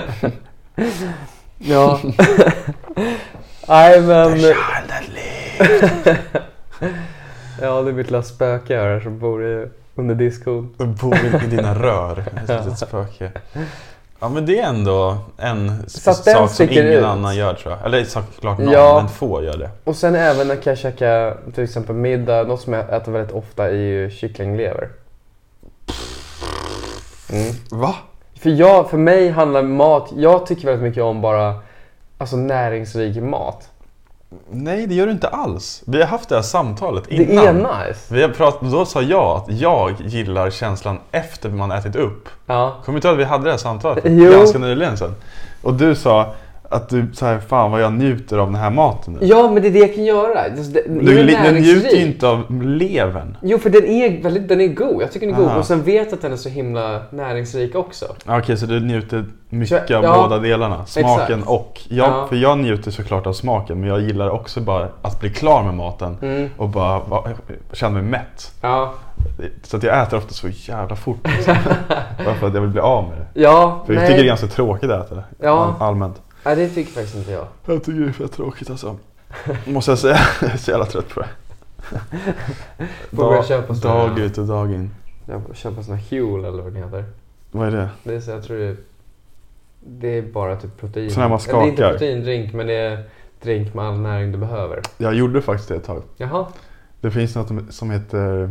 Ja. Nej men... Ja, det är mitt lilla spöke här som bor under diskon. Bor i dina rör. Ett spöke. Ja, men det är ändå en sak som ingen annan gör, tror jag. Eller såklart någon, men få gör det. Och sen även när jag käkar till exempel middag, något som jag äter väldigt ofta är ju kycklinglever. Va? För mig handlar mat, jag tycker väldigt mycket om bara alltså näringsrik mat. Nej, det gör du inte alls. Vi har haft det här samtalet innan. Det är nice. Vi har pratat, då sa jag att jag gillar känslan efter man ätit upp. Ja. Kommer du inte ihåg att vi hade det här samtalet Jo. ganska nyligen sen? Och du sa att du så här, fan vad jag njuter av den här maten nu. Ja, men det är det jag kan göra. Du njuter ju inte av levern. Jo, för den är god. Jag tycker den är god. Och sen vet jag att den är så himla näringsrik också. Okej, så du njuter mycket av båda delarna. Smaken exakt. Och för jag njuter såklart av smaken, men jag gillar också bara att bli klar med maten och bara känna mig mätt. Ja. Så att jag äter ofta så jävla fort. Liksom. Bara för att jag vill bli av med det. Ja, för jag tycker det är ganska tråkigt att äta det. Allmänt. Nej, det tycker faktiskt inte jag. Jag tycker det är för tråkigt alltså. Måste jag säga. Jag är så jävla trött på det. Dag ut och dag in. Jag köper såna Huel eller vad det heter. Vad är det? Det är så, jag tror det är bara typ protein. Så när man skakar. Det är inte proteindrink, men det är drink med all näring du behöver. Jag gjorde faktiskt det ett tag. Jaha. Det finns något som heter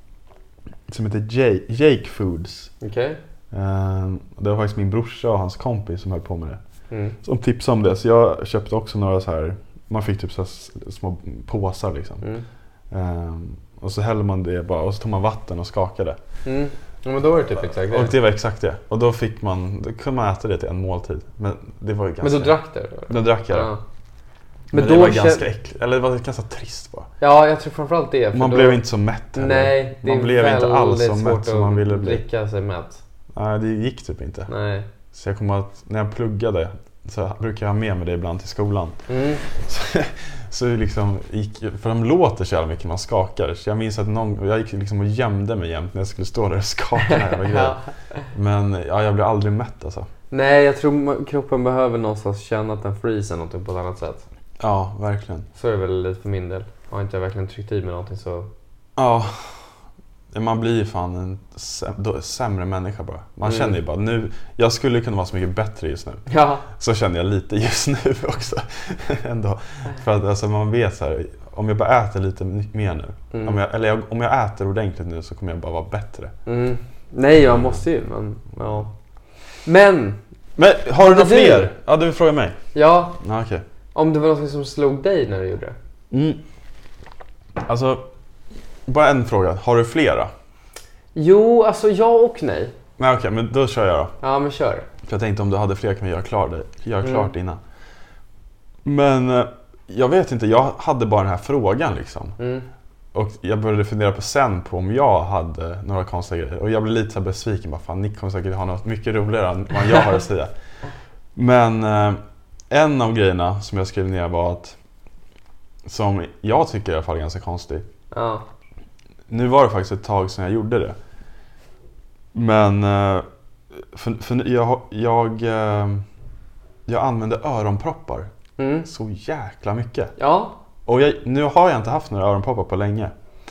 Jake Foods. Okej. Det var faktiskt min brorsa och hans kompis som höll på med det. Som tipsade om det. Så jag köpte också några så här. Man fick typ så här små påsar liksom. Och så hällde man det bara. Och så tog man vatten och skakade. Ja, men då var det typ exakt det. Och det var exakt det. Och då kunde man äta det till en måltid. Men det var ju ganska... Men då drack du? Då drack jag det. Ja. Men det var ganska äckligt. Eller det var ganska trist bara. Ja, jag tror framförallt det. För man blev inte så mätt heller. Nej, det man blev inte alls så mätt som man ville bli. Dricka sig mätt. Nej, det gick typ inte. Nej. Så jag kommer att när jag pluggade så brukar jag ha med mig det ibland till skolan. Så liksom för de låter så jävla mycket man skakar. Så jag minns att jag gick liksom och gömde mig jämt när jag skulle stå där och skaka. Men jag blev aldrig mätt alltså. Nej, jag tror kroppen behöver någonstans känna att den fryser någonting på ett annat sätt. Ja, verkligen. Så är det väl lite för min del. Har inte jag verkligen tryckt i med någonting så... Ja, man blir ju fan en sämre människa bara. Man känner ju bara nu, jag skulle kunna vara så mycket bättre just nu. Ja. Så känner jag lite just nu också. Ändå. För att alltså, man vet så här, om jag bara äter lite mer nu. Om jag äter ordentligt nu så kommer jag bara vara bättre. Nej, jag måste ju. Men har du några fler? Ja, du frågar mig. Ja. Okej. Om det var något som slog dig när du gjorde det. Alltså, bara en fråga. Har du flera? Jo, alltså ja och nej. Men okej, men då kör jag då. Ja, men kör. För jag tänkte om du hade fler kan vi göra klart innan. Men jag vet inte, jag hade bara den här frågan liksom. Och jag började fundera på om jag hade några konstiga grejer. Och jag blev lite så besviken. Bara, fan, Nick kommer säkert ha något mycket roligare än vad jag har att säga. Men en av grejerna som jag skrev ner var att, som jag tycker i alla fall är ganska konstig. Ja. Nu var det faktiskt ett tag sedan jag gjorde det. Men för jag använde öronproppar så jäkla mycket. Ja. Och nu har jag inte haft några öronproppar på länge.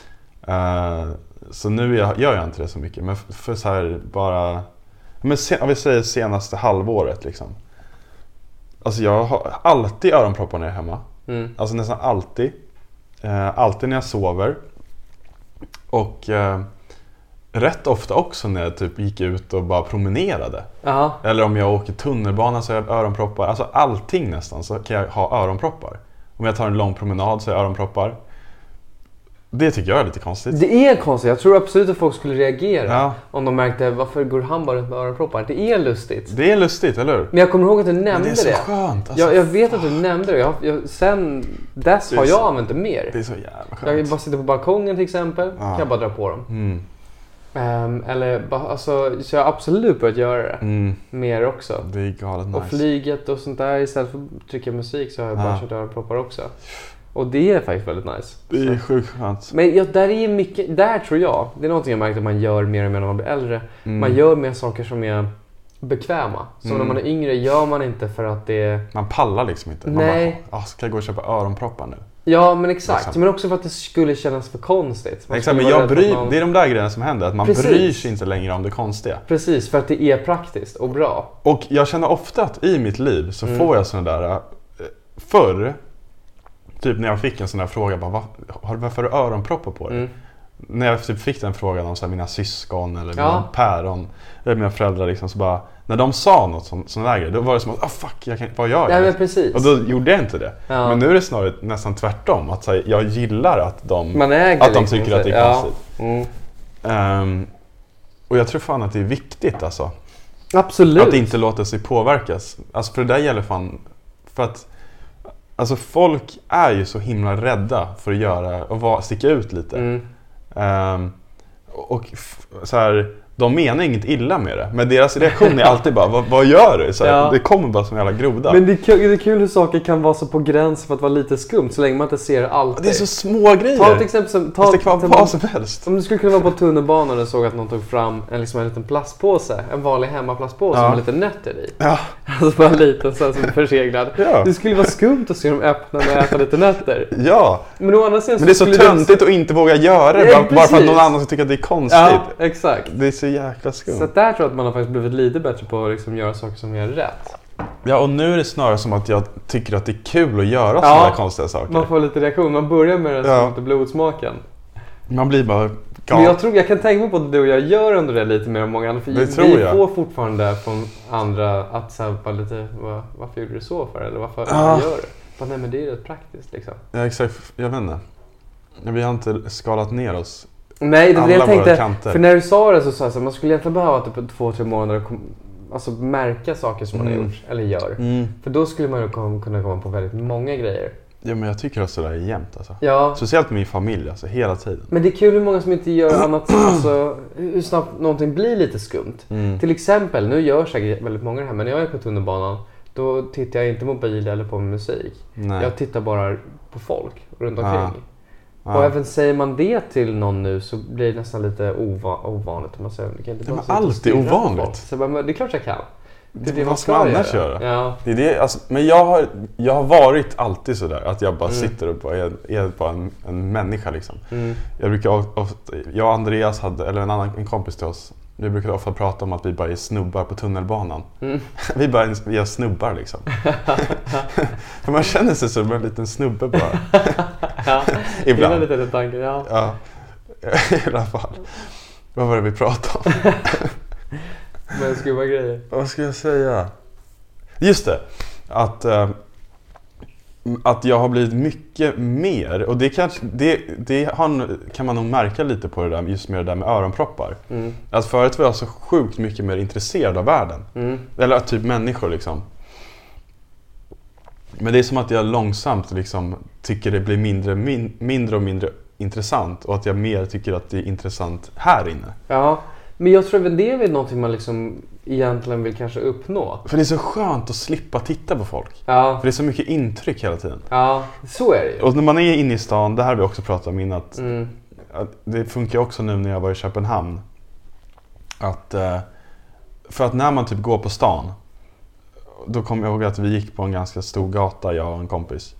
Så nu gör jag inte det så mycket. Men för så här bara... Men om vi säger senaste halvåret liksom. Alltså jag har alltid öronproppar när jag är hemma. Alltså nästan alltid. Alltid när jag sover. Och rätt ofta också när jag typ gick ut och bara promenerade. Eller om jag åker tunnelbana så har jag öronproppar. Alltså allting nästan så kan jag ha öronproppar. Om jag tar en lång promenad så har jag öronproppar. Det tycker jag är lite konstigt. Det är konstigt. Jag tror absolut att folk skulle reagera om de märkte varför går han bara runt med öronproppar. Det är lustigt. Det är lustigt, eller hur? Men jag kommer ihåg att du nämnde det. Men det är så skönt. Alltså. Jag vet att du nämnde det. Sen dess har jag använt det mer. Det är så jävla skönt. Jag bara sitter på balkongen till exempel. Kan jag bara dra på dem. Eller alltså, så jag har absolut börjat göra det. Mer också. Det är galet nice. Och flyget och sånt där, istället för att trycka musik så har jag bara kört öronproppar också. Och det är faktiskt väldigt nice. Det är sjukt skönt. Men där är mycket, där tror jag, det är någonting jag märkt att man gör mer och mer när man blir äldre. Man gör mer saker som är bekväma. Så när man är yngre gör man inte för att det... Man pallar liksom inte. Nej. Man bara, ska jag gå och köpa öronproppar nu? Ja, men exakt. Men också för att det skulle kännas för konstigt. Exakt, men det är de där grejerna som händer. Att man bryr sig inte längre om det konstiga. Precis, för att det är praktiskt och bra. Och jag känner ofta att i mitt liv så får jag sådana där... Förr, typ när jag fick en sån där fråga, bara, varför har du öronproppar på dig? När jag typ fick den frågan om så här, mina syskon eller mina päron eller mina föräldrar liksom, så bara, när de sa något sån där grej, då var det som att fuck, vad gör jag? Ja, precis. Och då gjorde jag inte det. Men nu är det snarare nästan tvärtom, att så här, jag gillar att de liksom, tycker att det är konstigt. Och jag tror fan att det är viktigt alltså. Absolut. Att inte låta sig påverkas. Alltså för det där gäller fan, för att alltså folk är ju så himla rädda för att göra och sticka ut lite. Och så här, de menar inget illa med det. Men deras reaktion är alltid bara, vad gör du? Så här, det kommer bara som en jävla groda. Men det är kul hur saker kan vara så på gränsen för att vara lite skumt. Så länge man inte ser allt. Det är så små grejer. Ta ett exempel som... det kan vara vad som helst. Om du skulle kunna vara på tunnelbanan och såg att någon tog fram en liten plastpåse. En vanlig hemmaplastpåse med lite nötter i. Ja. Alltså bara en liten så här, som är förseglad. Det skulle vara skumt att se dem öppna och äta lite nötter. Ja. Men å andra sidan det är så töntigt att inte våga göra det. Bara för att någon annan tycker att det är konstigt. Ja, exakt. Det är så jäkla skumt. Så där tror jag att man har faktiskt blivit lite bättre på att liksom göra saker som är rätt. Ja, och nu är det snarare som att jag tycker att det är kul att göra sådana där konstiga saker. Man får lite reaktion. Man börjar med den som inte blodsmaken. Man blir bara men jag kan tänka mig på att du och jag gör ändå det lite mer än många andra. För vi får fortfarande från andra att så här, bara lite, varför gjorde du så för? Eller varför gör du? Bara, nej, men det är rätt praktiskt liksom. Ja, exakt. Jag vet inte. Vi har inte skalat ner oss. Nej, det var det jag tänkte. För när du sa det så sa jag att man skulle egentligen behöva typ 2-3 månader alltså märka saker som man har gjort eller gör. För då skulle man ju kunna komma på väldigt många grejer. Ja, men jag tycker att sådär är jämt alltså. Ja. Speciellt med min familj, alltså hela tiden. Men det är kul hur många som inte gör annat, alltså hur snabbt någonting blir lite skumt. Till exempel, nu gör säkert väldigt många det här, men när jag är på tunnelbanan, då tittar jag inte mobil eller på musik. Nej. Jag tittar bara på folk runt omkring. Och även säger man det till någon nu så blir det nästan lite ovanligt. Man säger, det kan inte bara allt är ovanligt. Så bara, det är klart jag kan. Det vad ska man annars göra? Ja. Det är det, alltså, men jag har varit alltid sådär att jag bara sitter och bara är bara en människa liksom. Jag brukar ofta, jag och Andreas eller en kompis till oss, vi brukar ofta prata om att vi bara är snubbar på tunnelbanan. Vi är snubbar liksom. För man känner sig som en liten snubbe bara. Ibland. Det är lite tanke, ja. I alla fall. Vad var det vi pratade om? Men skumma grejer. Vad ska jag säga? Just det. Att jag har blivit mycket mer. Och det kan man nog märka lite på det där, just med det där med öronproppar. Att förut var jag så sjukt mycket mer intresserad av världen. Eller typ människor liksom. Men det är som att jag långsamt liksom tycker det blir mindre och mindre intressant. Och att jag mer tycker att det är intressant här inne. Ja. Men jag tror att det är någonting man liksom egentligen vill kanske uppnå. För det är så skönt att slippa titta på folk. Ja. För det är så mycket intryck hela tiden. Ja, så är det ju. Och när man är inne i stan, det här har vi också pratat om innan, att det funkar också nu när jag var i Köpenhamn. För att när man typ går på stan, då kommer jag ihåg att vi gick på en ganska stor gata, jag och en kompis.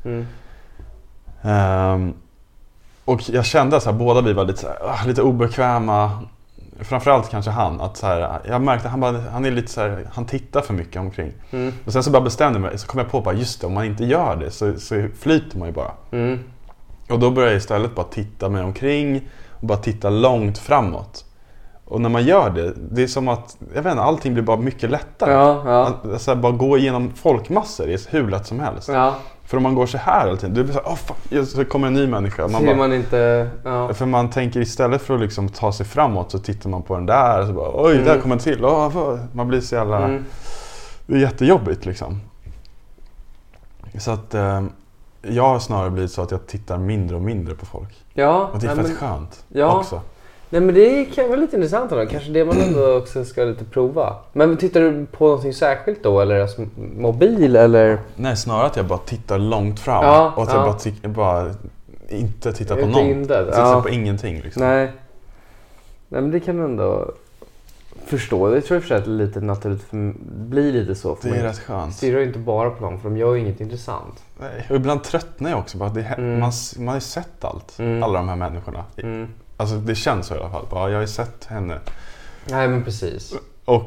Och jag kände att båda vi var lite obekväma. Framförallt kanske han, att så här, jag märkte att han är lite så här, han tittar för mycket omkring. Och sen så bara bestämde mig, så kom jag på bara, just det, om man inte gör det så flyter man ju bara. Och då började jag istället bara titta mig omkring och bara titta långt framåt. Och när man gör det är som att, jag vet inte, allting blir bara mycket lättare. Att så här, bara gå igenom folkmassor är hur lätt som helst. För om man går så här hela tiden, du blir så här, fuck, så kommer en ny människa. Man inte, För man tänker istället för att liksom ta sig framåt så tittar man på den där och så bara, oj, där kommer en till. Man blir så jävla, det är jättejobbigt liksom. Så att jag har snarare blivit så att jag tittar mindre och mindre på folk. Ja. Och det är fett skönt också. Nej, men det kan vara lite intressant då. Kanske det man ändå också ska lite prova. Men tittar du på någonting särskilt då? Eller alltså, mobil eller? Nej, snarare att jag bara tittar långt fram. Och att jag bara inte tittar på något. Tittar på ingenting liksom. Nej, men det kan man ändå förstå. Det tror jag för att det är lite naturligt blir lite så. För det är rätt skönt. Stirrar ju inte bara på dem för de gör ju inget intressant. Nej, och ibland tröttnar jag också. Bara man har ju sett allt. Alla de här människorna. Alltså det känns så i alla fall. Bara, jag har ju sett henne. Nej, men precis. Och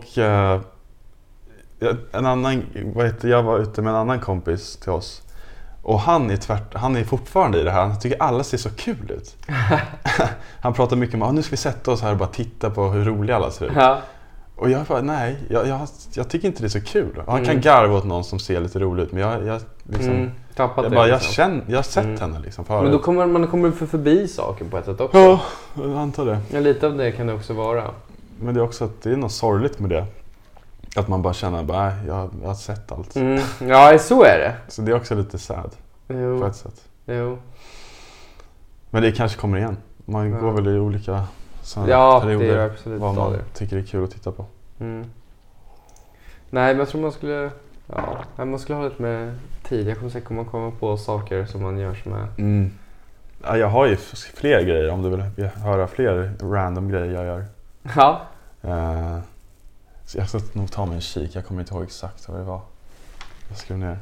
jag var ute med en annan kompis till oss. Och han är fortfarande i det här. Han tycker alla ser så kul ut. Han pratar mycket om nu ska vi sätta oss här och bara titta på hur roliga alla ser ut. Ja. Och jag bara, nej, jag tycker inte det är så kul. Han kan garva åt någon som ser lite rolig ut. Men jag liksom... jag har sett henne liksom förut. Men då kommer man förbi saken på ett sätt också. Ja, jag antar det. Ja, lite av det kan det också vara. Men det är också att det är något sorgligt med det. Att man bara känner, jag har sett allt. Ja, så är det. Så det är också lite sad. Jo. På ett sätt. Jo. Men det kanske kommer igen. Man går väl i olika perioder. Det är absolut vad man tycker är kul att titta på. Nej, men jag tror man skulle ha lite med tid. Jag kommer säkert komma på saker som man gör som är... Ja, jag har ju fler grejer om du vill höra fler random grejer jag gör. Ja. Så jag ska nog ta mig en kik. Jag kommer inte ihåg exakt vad det var. Jag skrev ner.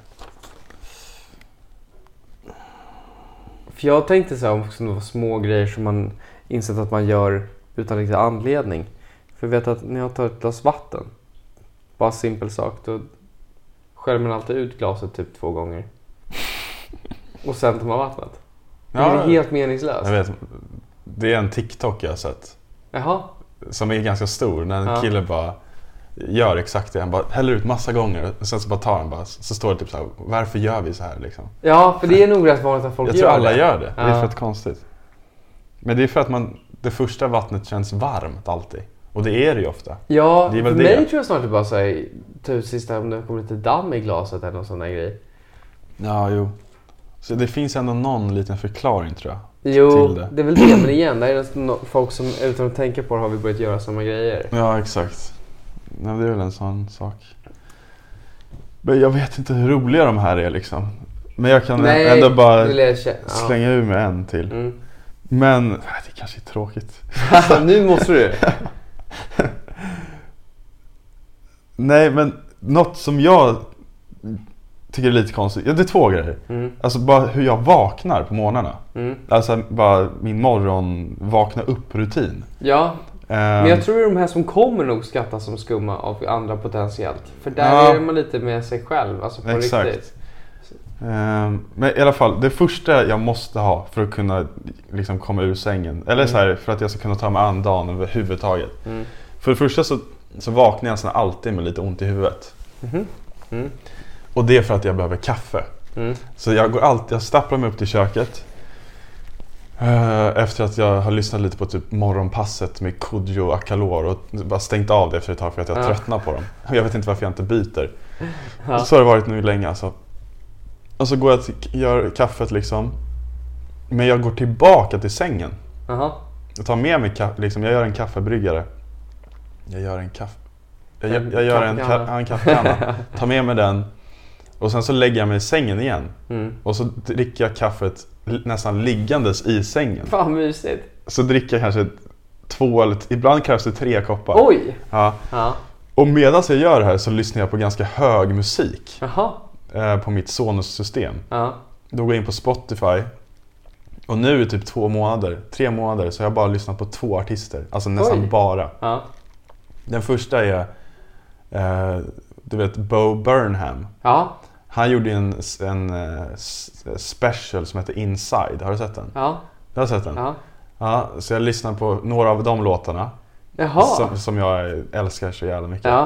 För jag tänkte så här, om det var små grejer som man insett att man gör utan riktig anledning. För jag vet att när jag tar ett glas vatten, bara simpel sak, då sköljer man alltid ut glaset typ 2 gånger. Och sen tar man vattnet. Det är helt meningslöst. Jag vet, det är en TikTok jag har sett. Jaha. Som är ganska stor, när en kille bara gör exakt det. Han bara häller ut massa gånger och sen så bara tar han bara, så står det typ så här, varför gör vi så här liksom? Ja, för det är nog rätt vanligt att folk gör det. Jag tror alla gör det. Det är fett konstigt. Men det är för att det första vattnet känns varmt alltid. Och det är det ju ofta. Ja, det är för väl mig tror jag snart att bara säga sista om det kommer lite damm i glaset eller någon sån där grej. Ja, jo. Så det finns ändå någon liten förklaring tror jag. Jo, till det är väl det, men igen, det är folk som utan att tänka på det har vi börjat göra samma grejer. Ja, exakt. Nej, det är väl en sån sak. Men jag vet inte hur roliga de här är liksom. Men jag kan ändå bara slänga ur med en till. Men det kanske är tråkigt. Nu måste du. Nej, men något som jag tycker är lite konstigt. Ja, det är 2 grejer. Alltså bara hur jag vaknar på morgnarna. Alltså bara min morgon vakna upp rutin. Ja. Men jag tror att de här som kommer nog skattas som skumma av andra potentiellt. För där är man lite med sig själv, alltså på riktigt. Men i alla fall, det första jag måste ha för att kunna liksom komma ur sängen. Eller så här, för att jag ska kunna ta mig an dagen överhuvudtaget. För det första så vaknar jag nästan alltid med lite ont i huvudet. Och det är för att jag behöver kaffe. Så jag stapplar mig upp till köket. Efter att jag har lyssnat lite på typ morgonpasset med Kodjo och Akalor och bara stängt av det efter ett tag för att jag tröttnar på dem. Jag vet inte varför jag inte byter. Så har det varit nu länge alltså. Och så går jag och gör kaffet liksom. Men jag går tillbaka till sängen. Jag tar med mig liksom, jag gör en kaffebryggare. Jag gör en kaffekanna. Tar med mig den. Och sen så lägger jag mig i sängen igen. Och så dricker jag kaffet nästan liggandes i sängen. Fan mysigt. Så dricker jag kanske 2 eller ibland krävs det 3 koppar. Oj! Ja. Och medan jag gör det här så lyssnar jag på ganska hög musik. På mitt Sonos-system. Då går jag in på Spotify. Och nu i typ 3 månader så har jag bara lyssnat på 2 artister. Alltså nästan bara. Den första är du vet Bo Burnham. Han gjorde en special som heter Inside. Har du sett den? Ja. Du har sett den? Ja, så jag lyssnar på några av de låtarna. Som jag älskar så jävla mycket.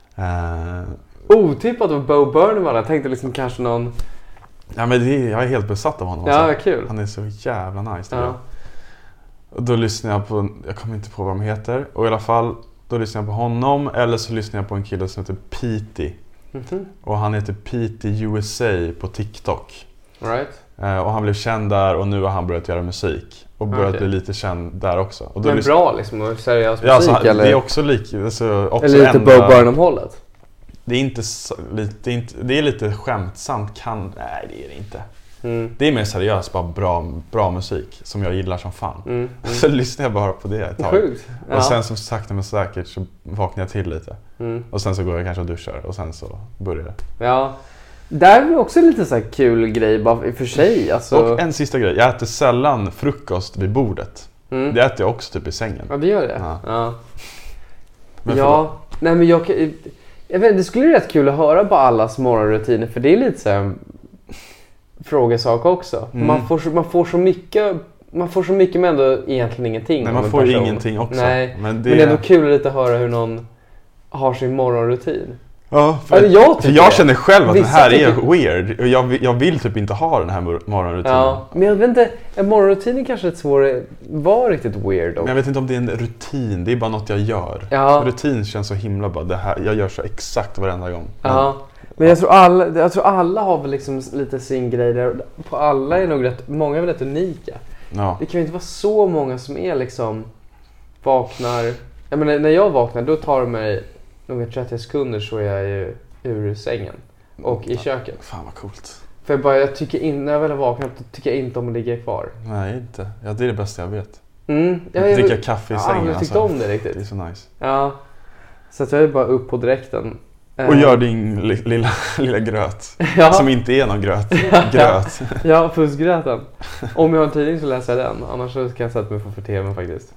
Otippat av Bo Burnham. Jag tänkte liksom kanske någon... Ja, men jag är helt besatt av honom. Ja, kul. Han är så jävla nice. Och då lyssnar jag på... Jag kommer inte på vad de heter. Och i alla fall, då lyssnar jag på honom. Eller så lyssnar jag på en kille som heter Petey. Och han heter Petey USA på TikTok. Right. Och han blev känd där och nu har han börjat göra musik. Och börjat bli lite känd där också. Och då men bra liksom, och seriös musik alltså, eller? Det är också också eller lite Bo Burnham-hållet? Det är inte det är lite skämtsamt nej det är det inte. Det är mer seriöst, bara bra musik som jag gillar som fan. Så lyssnar jag bara på det ett tag. Sjukt. Ja. Och sen så sakta men säkert så vaknar jag till lite. Och sen så går jag kanske och duschar och sen så börjar det. Ja. Där är också lite så här kul grej bara i för sig. Alltså... Och en sista grej, jag äter sällan frukost vid bordet. Det äter jag också typ i sängen. Ja, det gör det. Ja. Nej men jag vet, det skulle vara rätt kul att höra på allas morgonrutiner, för det är lite så här frågesak också. Man får så mycket men ändå egentligen ingenting. Nej, man får ju ingenting också. Nej, men det är ändå kul att höra hur någon har sin morgonrutin. Ja, för jag känner själv att det här är weird. Och jag vill typ inte ha den här morgonrutinen. Ja, men jag vet inte, morgonrutinen kanske är svår, var riktigt weird. Men jag vet inte om det är en rutin, det är bara något jag gör. Ja. Rutin känns så himla bara, det här, jag gör så exakt varenda gång. Ja. Men jag tror alla har väl liksom lite sin grej där. På alla är nog många är väl rätt unika. Ja. Det kan ju inte vara så många som är liksom vaknar. Jag menar, när jag vaknar då tar det mig några 30 sekunder så är jag ju ur sängen och i köket. Fan vad coolt. För jag tycker när jag väl har vaknat då tycker jag inte om att ligga kvar. Nej, inte. Ja, det är det bästa jag vet. Dricka kaffe i sängen. Jag tyckte om det riktigt. Det är så nice. Ja. Så att jag är bara upp på direkten. Och gör din lilla gröt. Ja. Som inte är någon gröt. Gröt. Ja, fuskgröten. Om jag har en tidning så läser jag den. Annars så kan jag sätta mig för tvn faktiskt.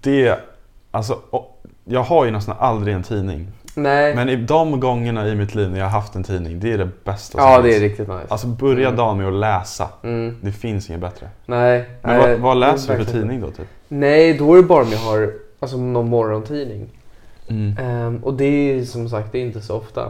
Jag har ju nästan aldrig en tidning. Nej. Men i de gångerna i mitt liv när jag har haft en tidning, det är det bästa. Ja, det är riktigt nice. Alltså börja dagen med att läsa. Det finns inget bättre. Nej. Men vad läser du för tidning då typ? Nej, då är det bara om jag har någon morgontidning. Och det är som sagt, det är inte så ofta.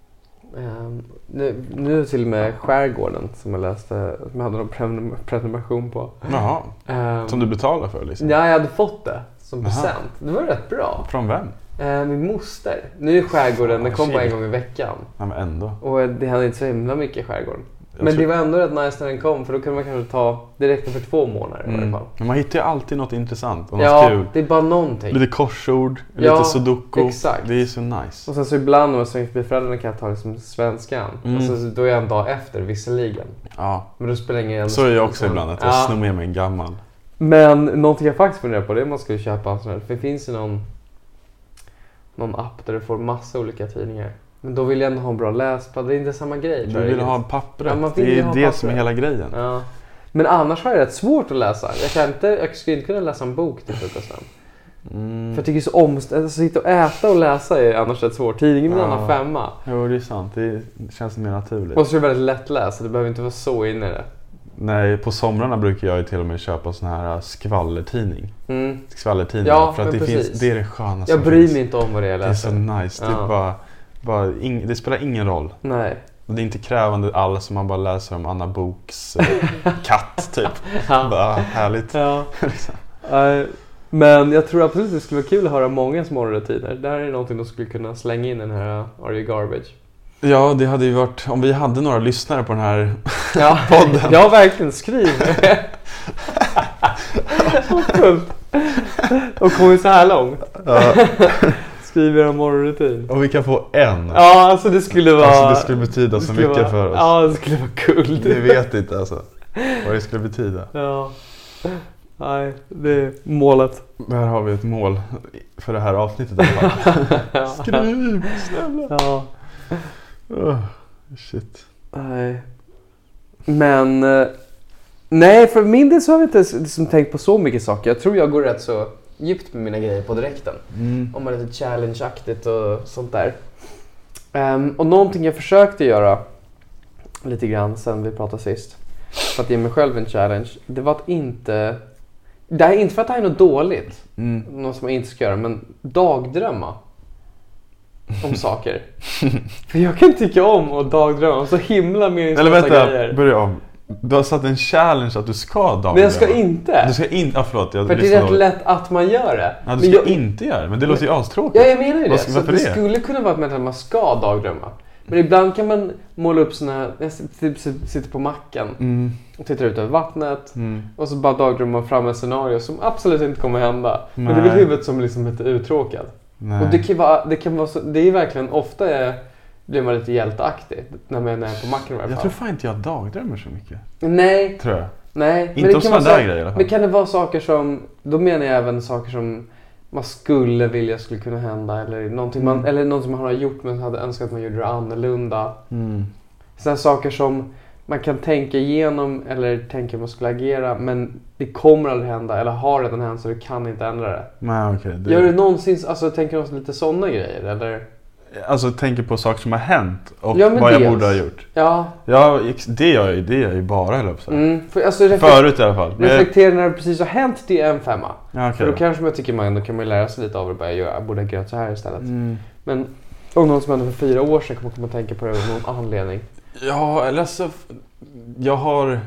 Nu till och med Skärgården som jag läste, som jag hade någon prenumeration på. Jaha, som du betalar för liksom? Ja, jag hade fått det som present. Det var rätt bra. Från vem? Min moster. Nu är Skärgården, den kom bara en gång i veckan. Ja, men ändå. Och det hände inte så himla mycket i Skärgården. Men det var ändå rätt nice när den kom, för då kunde man kanske ta direkt för 2 månader i alla fall. Men man hittar ju alltid något intressant och något kul. Det är bara någonting. Lite korsord, lite sudoku. Exakt. Det är så nice. Och sen så ibland när man svänger förbi föräldrarna kan jag ta liksom svenskan. Och så då är jag en dag efter visserligen. Ja. Men då spelar ingen. Så är jag också ibland, att jag snor med mig en gammal. Men någonting jag faktiskt funderar på, det är om man skulle köpa en sån här. För det finns ju någon app där du får massa olika tidningar. Men då vill jag ändå ha en bra läsplats. Det är inte samma grej. Du vill ha pappret. Ja, det är det som är hela grejen. Ja. Men annars har jag rätt svårt att läsa. Jag skulle inte kunna läsa en bok till frukosten. För jag tycker så att sitta och äta och läsa är annars rätt svårt. Tidningen är en annan 5. Jo, det är sant. Det känns mer naturligt. Och så är det väldigt lätt läsa. Det behöver inte vara så inne i det. Nej, på somrarna brukar jag till och med köpa sån här skvallertidning. Skvallertidning. Ja, för att det är det sköna som jag bryr mig inte om vad det är jag läser. Det är så nice. Ja. Det spelar ingen roll. Nej. Och det är inte krävande alls som man bara läser om Anna Boks katt typ. Bara härligt. Ja. Men jag tror absolut det skulle vara kul att höra mångas morgonrutiner. Det här är någonting de skulle kunna slänga in den här Are You Garbage. Ja, det hade ju varit om vi hade några lyssnare på den här podden. Ja, verkligen. Skriv. Och kommer så här långt. Skriv er morgonrutin. Och vi kan få en. Ja, alltså det skulle vara. Alltså det skulle betyda så mycket för oss. Ja, det skulle vara kul. Vi vet inte alltså vad det skulle betyda. Ja. Nej, det är målet. Här har vi ett mål för det här avsnittet i alla fall. Skriv, snälla. Ja. Shit. Nej. Men nej, för min del så har vi inte liksom tänkt på så mycket saker. Jag tror jag går rätt så djupt med mina grejer på direkten. Om man är lite challenge-aktigt och sånt där. Och någonting jag försökte göra lite grann sen vi pratade sist, för att ge mig själv en challenge, det var att inte... Det är inte för att det är något dåligt, något som jag inte ska göra, men dagdrömma om saker. För jag kan tycka om att dagdrömma om så himla meningsfulla grejer. Eller börja om. Du har satt en challenge att du ska dagdrömma. Men jag ska inte. Du ska inte, förlåt. För det är rätt lätt att man gör det. Ja, du ska inte göra det, men det låter ju astråkigt. Ja, jag menar ju det. Varför det skulle kunna vara att man ska dagdrömma. Men ibland kan man måla upp såna, jag typ sitter på macken och tittar ut över vattnet och så bara dagdrömmer man fram ett scenario som absolut inte kommer hända. Nej. Men det är väl huvudet som liksom är lite uttråkad. Nej. Och det kan vara så, det är verkligen ofta blir man lite hjälteaktig när man är på macken i alla fall. Jag tror fan inte jag dagdrömmer så mycket. Nej. Tror jag. Nej. Inte om sådana där grejer i alla fall. Men kan det vara saker som, då menar jag även saker som man skulle vilja skulle kunna hända eller någonting eller någonting man har gjort men hade önskat att man gjorde det annorlunda. Sådana saker som man kan tänka igenom eller tänka att man skulle agera men det kommer aldrig hända eller har redan hänt så du kan inte ändra det. Nej, okej. Gör du någonsin, alltså tänker du lite sådana grejer eller? Alltså tänker på saker som har hänt och vad jag borde ha gjort. Ja, det gör jag ju bara höll upp så. Alltså, förut i alla fall. Reflektera när det precis har hänt, det är en 5. Ja, okay. För då kanske man tycker då kan man lära sig lite av det. Jag borde ha gjort så här istället. Men om någon som hände för 4 år sedan kommer man tänka på det av någon anledning. Ja, eller så jag har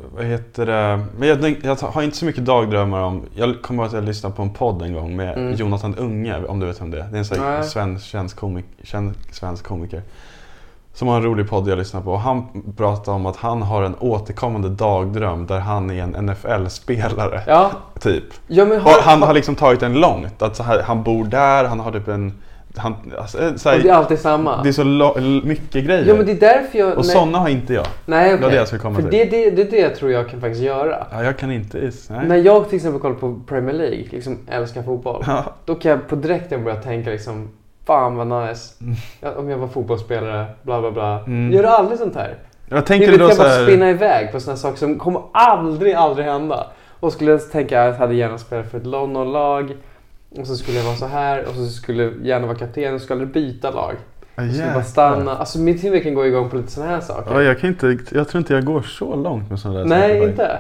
men jag har inte så mycket dagdrömmar om. Jag kommer att jag lyssnade på en podd en gång med Jonathan Unge, om du vet om det. Det är en sån svensk komiker som har en rolig podd jag lyssnar på. Och han pratar om att han har en återkommande dagdröm där han är en NFL-spelare. Ja. Typ. Ja, men han har liksom tagit en långt. Att han bor där, han har typ en... och det är alltid samma. Det är så mycket grejer. Ja, men det är därför och sådana har inte jag. Nej, okej. Det är det jag ska komma till. Det är det jag tror jag kan faktiskt göra. Ja, jag kan inte. Nej. När jag till exempel kollar på Premier League, liksom älskar fotboll. Ja. Då kan jag på direkt börja tänka liksom, fan vad nice. Om jag var fotbollsspelare, bla bla bla. Gör aldrig sånt här. Jag tänker då så här... bara spinna iväg på såna saker som kommer aldrig hända. Och skulle jag tänka att jag hade gärna spelat för ett London-lag. Och så skulle jag vara så här. Och så skulle jag gärna vara kapten. Och så skulle jag byta lag. Och skulle bara stanna. Alltså mitt huvud kan gå igång på lite såna här saker. Ja, jag tror inte jag går så långt med sådana där saker. Nej, inte?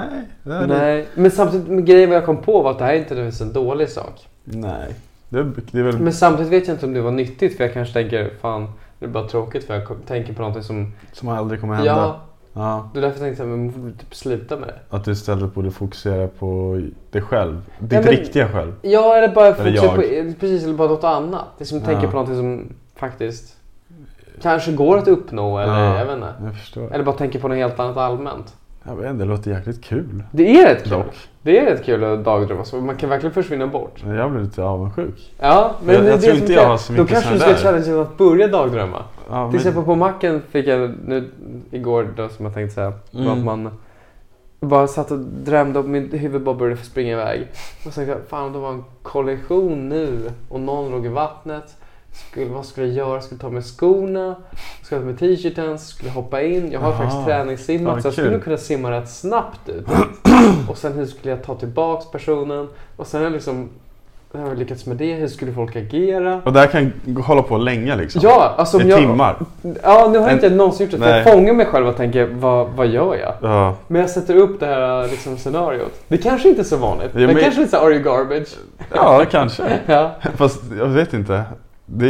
Nej. Men samtidigt med grejen vad jag kom på var att det här inte är en dålig sak. Nej. Det är väl... Men samtidigt vet jag inte om det var nyttigt. För jag kanske tänker, fan det är bara tråkigt. För jag tänker på någonting som aldrig kommer hända. Ja. Det är därför jag tänkte att man får typ sluta med det. Att du istället borde fokusera på dig själv. Ditt riktiga själv. Ja, eller bara fokusera på precis, eller bara något annat. Det är som tänker på någonting som faktiskt kanske går att uppnå. Eller jag vet inte. Jag förstår. Eller bara tänker på något helt annat allmänt. Jag vet inte, det låter jäkligt kul. Det är rätt kul. Det är rätt kul att dagdrömma. Så man kan verkligen försvinna bort. Jag blir lite avundsjuk. Ja, men jag tror inte jag har så mycket. Då kanske du ska challenge att börja dagdrömma. Ja, till exempel på macken fick jag nu igår då, som jag tänkte säga. Att man bara satt och drömde och min huvud bara började springa iväg. Och så tänkte jag, fan det var en kollision nu. Och någon låg i vattnet. Vad skulle jag göra? Skulle ta med skorna, skulle ta med t-shirten, skulle hoppa in. Jag har faktiskt träningssimmat så jag skulle kunna simma rätt snabbt ut. Och sen hur skulle jag ta tillbaks personen? Och sen liksom, jag har lyckats med det. Hur skulle folk agera? Och det här kan hålla på länge liksom. Ja, alltså timmar. Ja, nu har jag inte någonsin gjort det. Jag fångar mig själv och tänker, vad gör jag? Ja. Men jag sätter upp det här liksom, scenariot. Det kanske inte är så vanligt. Ja, det kanske är lite så, are you garbage? Ja, kanske. Ja. Fast jag vet inte. Det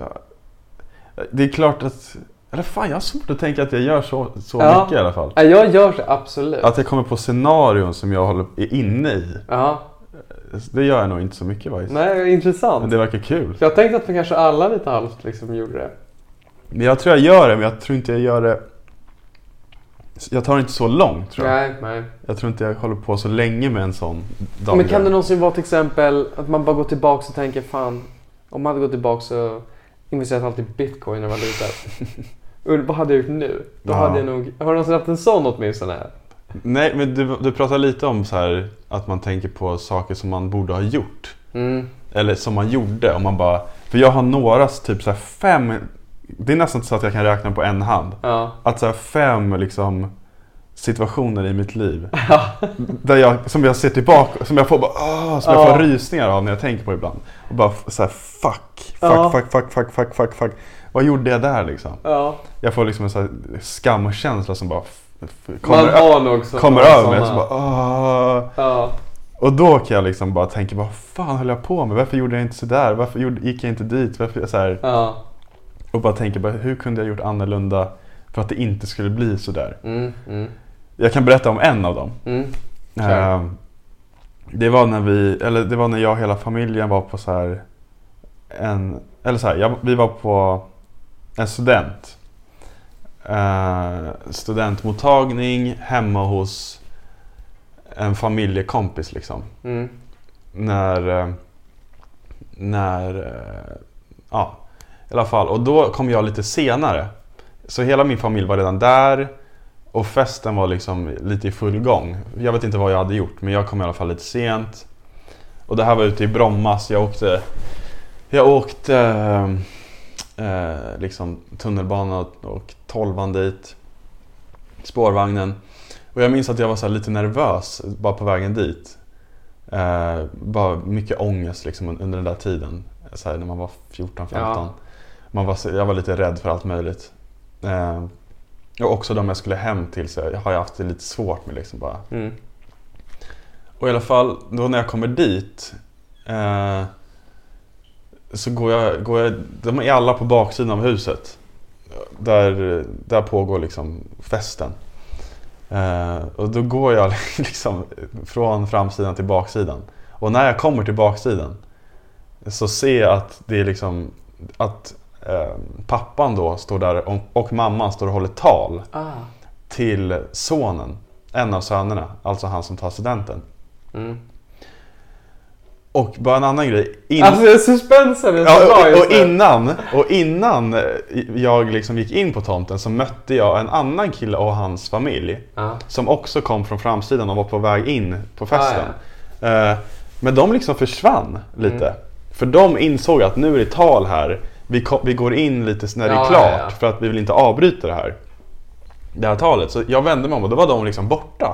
är klart att... Eller fan, jag har svårt att tänka att jag gör så mycket i alla fall. Ja, jag gör det, absolut. Att jag kommer på scenarion som jag är inne i. Ja. Det gör jag nog inte så mycket faktiskt. Nej, intressant. Men det verkar kul. Jag tänkte att vi kanske alla lite halvt liksom gjorde det. Men jag tror jag gör det, men jag tror inte jag gör det... Jag tar inte så långt, tror jag. Nej. Jag tror inte jag håller på så länge med en sån dag. Men kan det någonsin vara till exempel att man bara går tillbaka och tänker, fan... Om man hade gått tillbaka och investerat allt i bitcoin när man var lite. Vad hade jag gjort nu? Då hade jag nog... Har du någonsin haft en sån åtminstone här? Nej, men du pratar lite om så här att man tänker på saker som man borde ha gjort. Eller som man gjorde. Om man bara, för jag har några typ så här 5... Det är nästan så att jag kan räkna på en hand. Ja. Att så här 5 liksom... situationer i mitt liv där som jag ser tillbaka, som jag får bara som jag får rysningar av när jag tänker på ibland och bara så här fuck vad gjorde jag där liksom? Jag får liksom en så här skamkänsla som bara kommer över mig så bara och då kan jag liksom bara tänka, vad fan höll jag på med? Varför gjorde jag inte så där? Varför gick jag inte dit? Varför så här och bara tänker bara, hur kunde jag gjort annorlunda för att det inte skulle bli så där? Jag kan berätta om en av dem. Det var när jag och hela familjen var på så här vi var på en student. Studentmottagning hemma hos en familjekompis liksom. När ja, i alla fall. Och då kom jag lite senare. Så hela min familj var redan där. Och festen var liksom lite i full gång. Jag vet inte vad jag hade gjort, men jag kom i alla fall lite sent. Och det här var ute i Bromma, så jag åkte liksom tunnelbanan och 12:an dit. Spårvagnen. Och jag minns att jag var så här lite nervös bara på vägen dit. Bara mycket ångest liksom under den där tiden. Så här, när man var 14-15. Ja. Jag var lite rädd för allt möjligt. Och också de jag skulle hem till, så jag har haft det lite svårt med liksom bara. Och i alla fall då när jag kommer dit så går jag, de är alla på baksidan av huset. Där pågår liksom festen. Och då går jag liksom från framsidan till baksidan. Och när jag kommer till baksidan så ser jag att det är liksom att pappan då står där och mamman står och håller tal till sonen, en av sönerna, alltså han som tar studenten. Och bara en annan grej. Alltså suspensen är så bra. Och innan jag liksom gick in på tomten så mötte jag en annan kille och hans familj som också kom från framsidan och var på väg in på festen. Men de liksom försvann lite. För de insåg att nu är det tal här. Vi går in lite när det är klart för att vi vill inte avbryta det här talet. Så jag vände mig om och då var de liksom borta.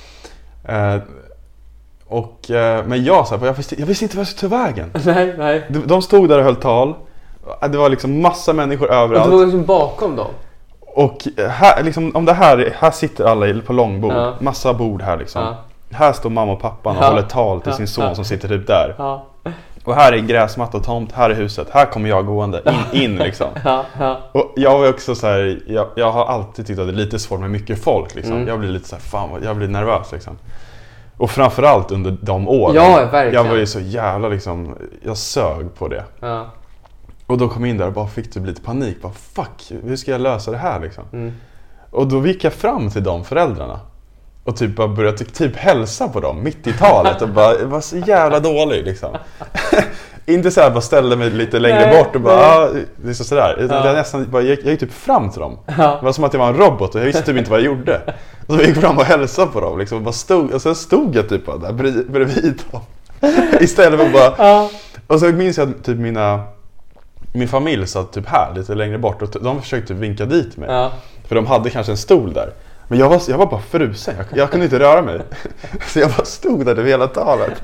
Men jag visste inte vad jag skulle ta vägen. Nej. De stod där och höll tal. Det var liksom massa människor överallt. Och du var liksom bakom dem. Och här, liksom, här sitter alla på långbord. Massa bord här liksom. Här står mamma och pappan och håller tal till sin son som sitter typ där. Och här är gräsmatta och tomt, här är huset. Här kommer jag gående in liksom. Och jag var också så här, jag har alltid tyckt att det är lite svårt med mycket folk liksom. Jag blir lite så här, jag blir nervös liksom. Och framförallt under de åren. Ja, verkligen. Jag var ju så jävla liksom, jag sög på det. Och då kom jag in där och bara fick typ lite panik. Bara, fuck, hur ska jag lösa det här liksom? Och då gick jag fram till de föräldrarna. Och typ bara började typ hälsa på dem mitt i talet. Och bara, jag var så jävla dålig liksom. Inte så här, bara ställde mig lite längre bort och bara, det är sådär. Jag gick typ fram till dem. Det var som att jag var en robot och jag visste typ inte vad jag gjorde. Och så gick jag fram och hälsade på dem liksom. Och, och sen stod jag typ där bredvid dem. Istället för bara... Och så minns jag typ min familj satt typ här lite längre bort. Och de försökte typ vinka dit mig. För de hade kanske en stol där. Men jag var bara frusen. Jag kunde inte röra mig. Så jag bara stod där hela talet.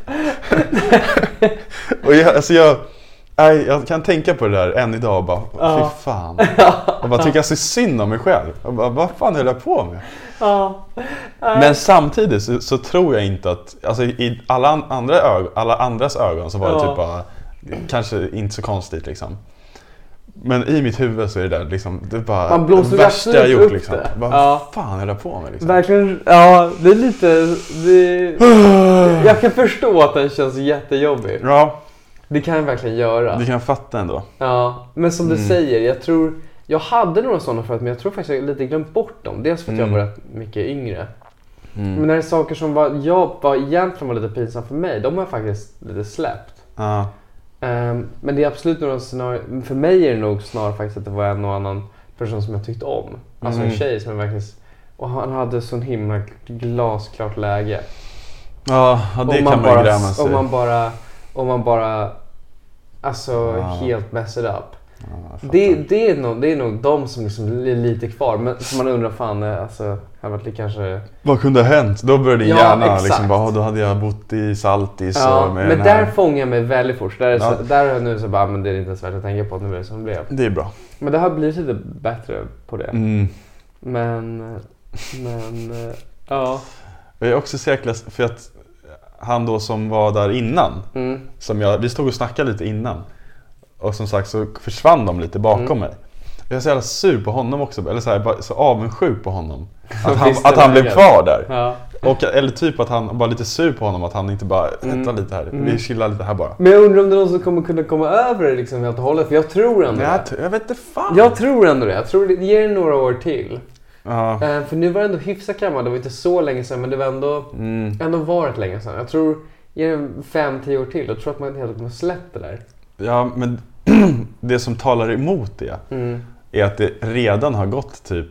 Och jag kan tänka på det där än idag och bara, fy fan. Jag bara tycker jag ser synd om mig själv. Jag bara, vad fan höll jag på med? Men samtidigt så tror jag inte att, alltså i alla andras ögon så var det typ bara, kanske inte så konstigt liksom. Men i mitt huvud så är det där liksom, det är bara det värsta jag gjort liksom. Vad fan höll jag på med liksom? Verkligen, det är lite, jag kan förstå att den känns jättejobbig. Ja. Det kan jag verkligen göra. Det kan jag fatta ändå. Ja, men som du säger, jag tror, jag hade några sådana förut, men jag tror faktiskt jag lite glömt bort dem. Dels för att jag var rätt mycket yngre. Men när det är saker som egentligen var lite pinsamt för mig, de har jag faktiskt lite släppt. Men det är absolut några scenarier, för mig är det nog snarare faktiskt att det var en och annan person som jag tyckte om. Alltså en tjej som jag verkligen, och han hade sån himla glasklart läge. Ja, det kan man gräma sig. Om man bara alltså helt messed up. Det är nog de som liksom är lite kvar, men som man undrar fan, alltså har varit kanske, vad kunde ha hänt? Då började din hjärna liksom bara, då hade jag bott i Saltis och med men där fångar jag mig väldigt fort. Där är jag nu så bara, men det är inte ens värt att tänka på, nu är det som blev. Det är bra. Men det har blivit lite bättre på det. Men ja. Jag är också säker för att han då som var där innan, vi stod och snackade lite innan. Och som sagt så försvann de lite bakom mig. Jag är så jävla sur på honom också. Eller så här, bara så avundsjuk på honom. Att han blev kvar där. Ja. Eller typ att han var lite sur på honom. Att han inte bara, vänta lite här. Vi chillar lite här bara. Men jag undrar om det är någon som kommer kunna komma över det liksom helt och hållet. För jag tror ändå jag vet inte fan. Jag tror ändå det. Jag tror det ger några år till. Ja. För nu var det ändå hyfsat gammalt. Det var inte så länge sedan. Men det var ändå varit länge sedan. Jag tror ger det 5-10 år till. Jag tror att man helt kommer släppa det där. Ja, men det som talar emot det är att det redan har gått typ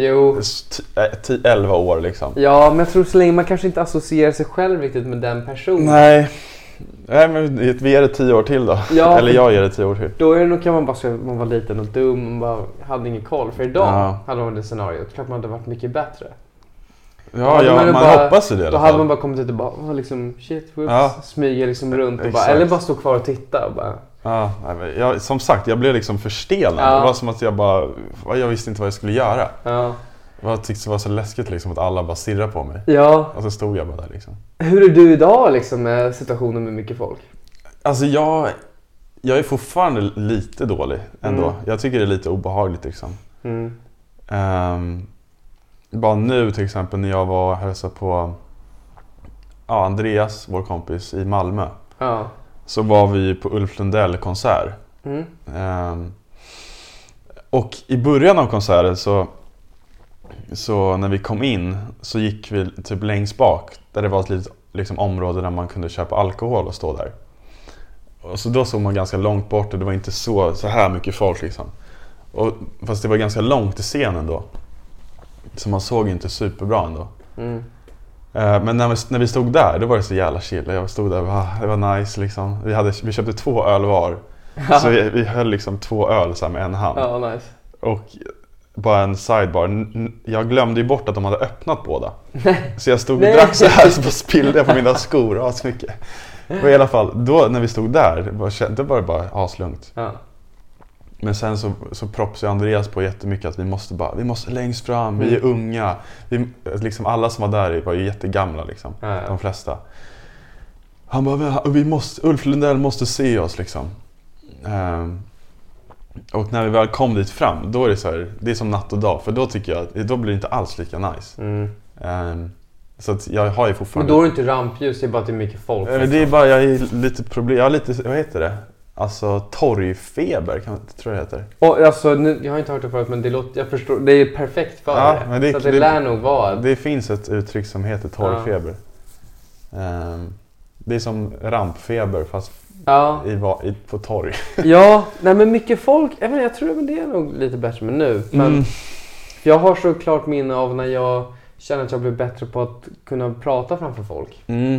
11 år liksom. Ja, men jag tror så länge man kanske inte associerar sig själv riktigt med den personen. Nej, men vi ger det 10 år till då. Ja, eller jag ger det 10 år till. Då är det nog, kan man bara säga att man var liten och dum och bara hade ingen koll. För idag hade man det scenariot. Klart man hade varit mycket bättre. Ja, man hoppas ju det. Då hade man bara kommit ut och bara liksom smyga liksom runt och bara, eller bara stå kvar och titta och bara. Ja, som sagt, jag blev liksom förstelnad. Det var som att jag visste inte vad jag skulle göra. Jag tyckte det var så läskigt liksom att alla bara stirrade på mig. Ja. Och så stod jag bara där liksom. Hur är du idag liksom med situationen med mycket folk? Alltså jag är fortfarande lite dålig ändå. Jag tycker det är lite obehagligt liksom. Bara nu till exempel när jag var och hälsade på Andreas, vår kompis i Malmö. Så var vi på Ulf Lundell konsert. Och i början av konserten så när vi kom in så gick vi typ längst bak där det var ett litet liksom, område där man kunde köpa alkohol och stå där. Och så då såg man ganska långt bort och det var inte så här mycket folk liksom. Fast det var ganska långt till scenen då. Så man såg inte superbra ändå. Men när vi stod där, då var det så jävla chill. Jag stod där, det var nice liksom. Vi köpte 2 öl var. Så vi höll liksom 2 öl så här med en hand. Ja, nice. Och bara en sidebar. Jag glömde ju bort att de hade öppnat båda. Så jag stod och drack så här, så bara spillde jag på mina skor så mycket. Och i alla fall, då när vi stod där, det var bara aslugnt. Men sen så propsade Andreas på jättemycket att vi måste längst fram, vi är unga. Liksom alla som var där var ju jättegamla liksom, de flesta. Han bara, Ulf Lundell måste se oss liksom. Och när vi väl kom dit fram, då är det så här, det är som natt och dag. För då tycker jag, då blir det inte alls lika nice. Så att jag har ju fortfarande... Men då är det inte rampljus, det är bara att det är mycket folk. Det är bara, jag är lite problem, jag har lite, vad heter det? Alltså torgfeber tror jag det heter. Och alltså jag har inte hört det förut, men det låter, jag förstår, det är perfekt för det. Men så att det lär nog vara. Det finns ett uttryck som heter torgfeber. Det är som rampfeber fast på torg. Ja, nej men mycket folk, jag tror att det är nog lite bättre med nu. Men jag har så klart minne av när jag känner att jag blev bättre på att kunna prata framför folk.